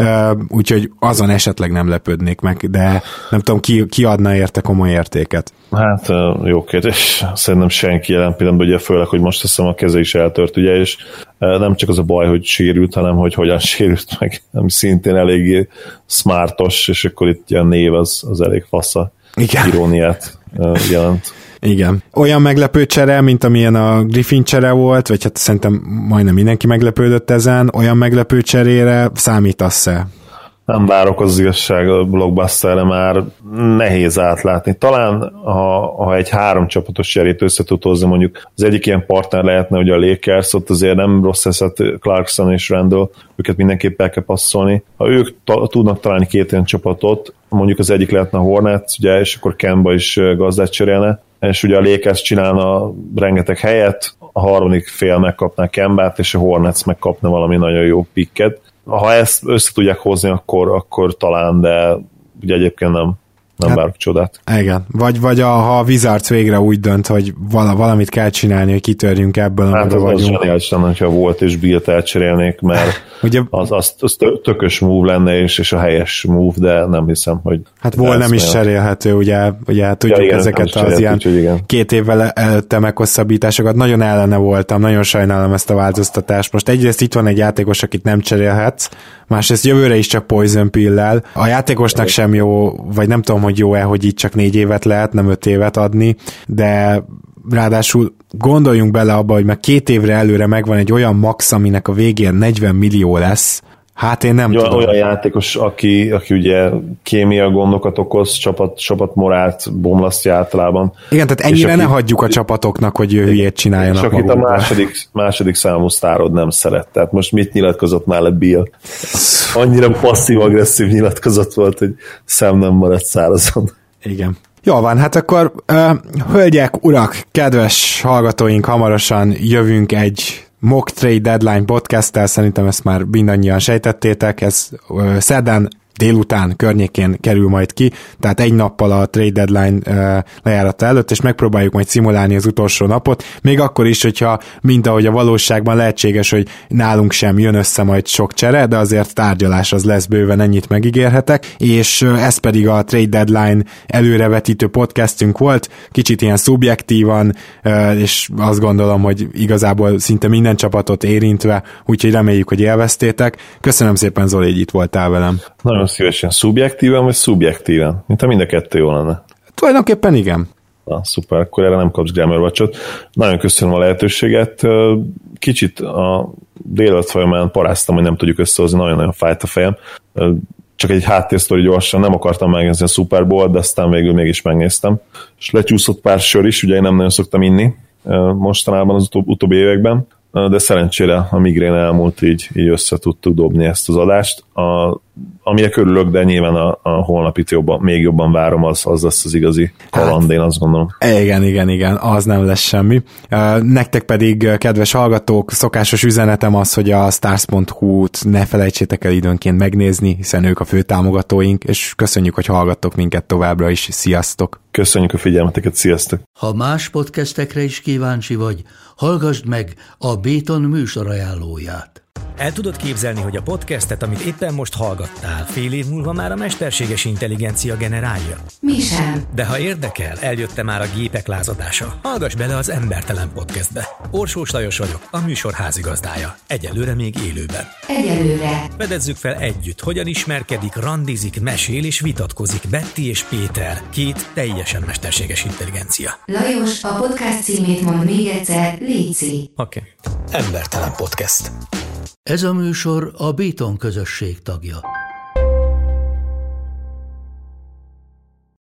úgyhogy azon esetleg nem lepődnék meg, de nem tudom, ki, ki adna érte komoly értéket. Hát jó kérdés. Szerintem senki jelen pillanatban, ugye főleg, hogy most hiszem a keze is eltört, ugye, és nem csak az a baj, hogy sérült, hanem hogy hogyan sérült meg, ami szintén eléggé smartos, és akkor itt a név az, az elég fasza. Igen. Iróniát jelent. Igen. Olyan meglepő csere, mint amilyen a Griffin csere volt, vagy hát szerintem majdnem mindenki meglepődött ezen, olyan meglepő cserére számítasz-e? Nem várok, az igazság, a blockbusterre már nehéz átlátni. Talán, ha, ha egy három csapatos cserét össze tud hozni, mondjuk az egyik ilyen partner lehetne, hogy a Lakers, ott azért nem rossz eszet Clarkson és Randall, őket mindenképp el kell passzolni. Ha ők ta- tudnak találni két ilyen csapatot, mondjuk az egyik lehetne a Hornets, ugye, és akkor Kemba is gazdát cserélne, és ugye a Lakers csinálna rengeteg helyet, a harmadik fél megkapná Kembát, és a Hornets megkapna valami nagyon jó pikket. Ha ezt össze tudják hozni, akkor, akkor talán, de ugye egyébként nem, nem hát, várok csodát. Igen, vagy, vagy a, ha a Wizards végre úgy dönt, hogy vala, valamit kell csinálni, hogy kitörjünk ebből, hát az vagyunk. Hát az zseniális, hogyha volt és Bill-t elcserélnék, mert ugye, az, az, az tökös move lenne, és, és a helyes move, de nem hiszem, hogy... Hát vol nem is cserélhető, ugye, ugye tudjuk ja, igen, ezeket az ilyen úgy, két évvel előtte meghosszabbításokat. Nagyon ellene voltam, nagyon sajnálom ezt a változtatást. Most egyrészt itt van egy játékos, akit nem cserélhetsz, másrészt jövőre is csak poison pill-lel. A játékosnak sem jó, vagy nem tudom, hogy jó-e, hogy itt csak négy évet lehet, nem öt évet adni, de ráadásul gondoljunk bele abba, hogy meg két évre előre megvan egy olyan max, aminek a végén negyven millió lesz. Hát én nem olyan, tudom. Olyan játékos, aki, aki ugye kémia gondokat okoz, csapat, csapat morált bomlasztja általában. Igen, tehát ennyire ne hagyjuk a csapatoknak, hogy hülyét csináljanak. És akit a második, második számú sztárod nem szeret. Tehát most mit nyilatkozott már le Bill? Annyira passzív-agresszív nyilatkozat volt, hogy szem nem maradt szárazon. Igen. Jó van, hát akkor uh, hölgyek, urak, kedves hallgatóink, hamarosan jövünk egy Mock Trade Deadline podcasttel, szerintem ezt már mindannyian sejtettétek, ez uh, szerdán délután környékén kerül majd ki, tehát egy nappal a trade deadline uh, lejárata előtt, és megpróbáljuk majd szimulálni az utolsó napot, még akkor is, hogyha mint ahogy a valóságban lehetséges, hogy nálunk sem jön össze majd sok csere, de azért tárgyalás az lesz bőven, ennyit megígérhetek, és uh, ez pedig a trade deadline előrevetítő podcastünk volt, kicsit ilyen szubjektívan, uh, és azt gondolom, hogy igazából szinte minden csapatot érintve, úgyhogy reméljük, hogy élveztétek. Köszönöm szépen, Zoli, hogy itt voltál velem. Nagyon szívesen. Szubjektíven vagy szubjektíven? Mint ha mind a kettő jó lenne. Tulajdonképpen igen. Na, szuper, akkor erre nem kapsz Glamour Watch-ot. Nagyon köszönöm a lehetőséget. Kicsit a délelőtt folyamán paráztam, hogy nem tudjuk összehozni, nagyon-nagyon fájt a fejem. Csak egy háttérsztori gyorsan, nem akartam megnézni a Super Bowl-t, de aztán végül mégis megnéztem. És lecsúszott pár sör is, ugye én nem nagyon szoktam inni mostanában az utó, utóbbi években, de szerencsére a migrén elmúlt, így, így össze tudtuk dobni ezt az adást. A, amire körülök, de nyilván a, a holnapit jobban, még jobban várom, az, az lesz az igazi kaland, hát, én azt gondolom. Igen, igen, igen, az nem lesz semmi. Nektek pedig, kedves hallgatók, szokásos üzenetem az, hogy a stars pont hu-t ne felejtsétek el időnként megnézni, hiszen ők a fő támogatóink, és köszönjük, hogy hallgattok minket továbbra is. Sziasztok! Köszönjük a figyelmeteket, sziasztok! Ha más podcastekre is kíváncsi vagy, hallgassd meg a Béton műsor ajánlóját. El tudod képzelni, hogy a podcastet, amit éppen most hallgattál, fél év múlva már a mesterséges intelligencia generálja? Mi sem. De ha érdekel, eljött már a gépek lázadása. Hallgass bele az Embertelen Podcastbe. Orsós Lajos vagyok, a műsor házigazdája. Egyelőre még élőben. Egyelőre. Fedezzük fel együtt, hogyan ismerkedik, randizik, mesél és vitatkozik Betty és Péter, két teljesen mesterséges intelligencia. Lajos, a podcast címét mond még egyszer, léci. Oké. Okay. Embertelen Podcast. Ez a műsor a Béton közösség tagja.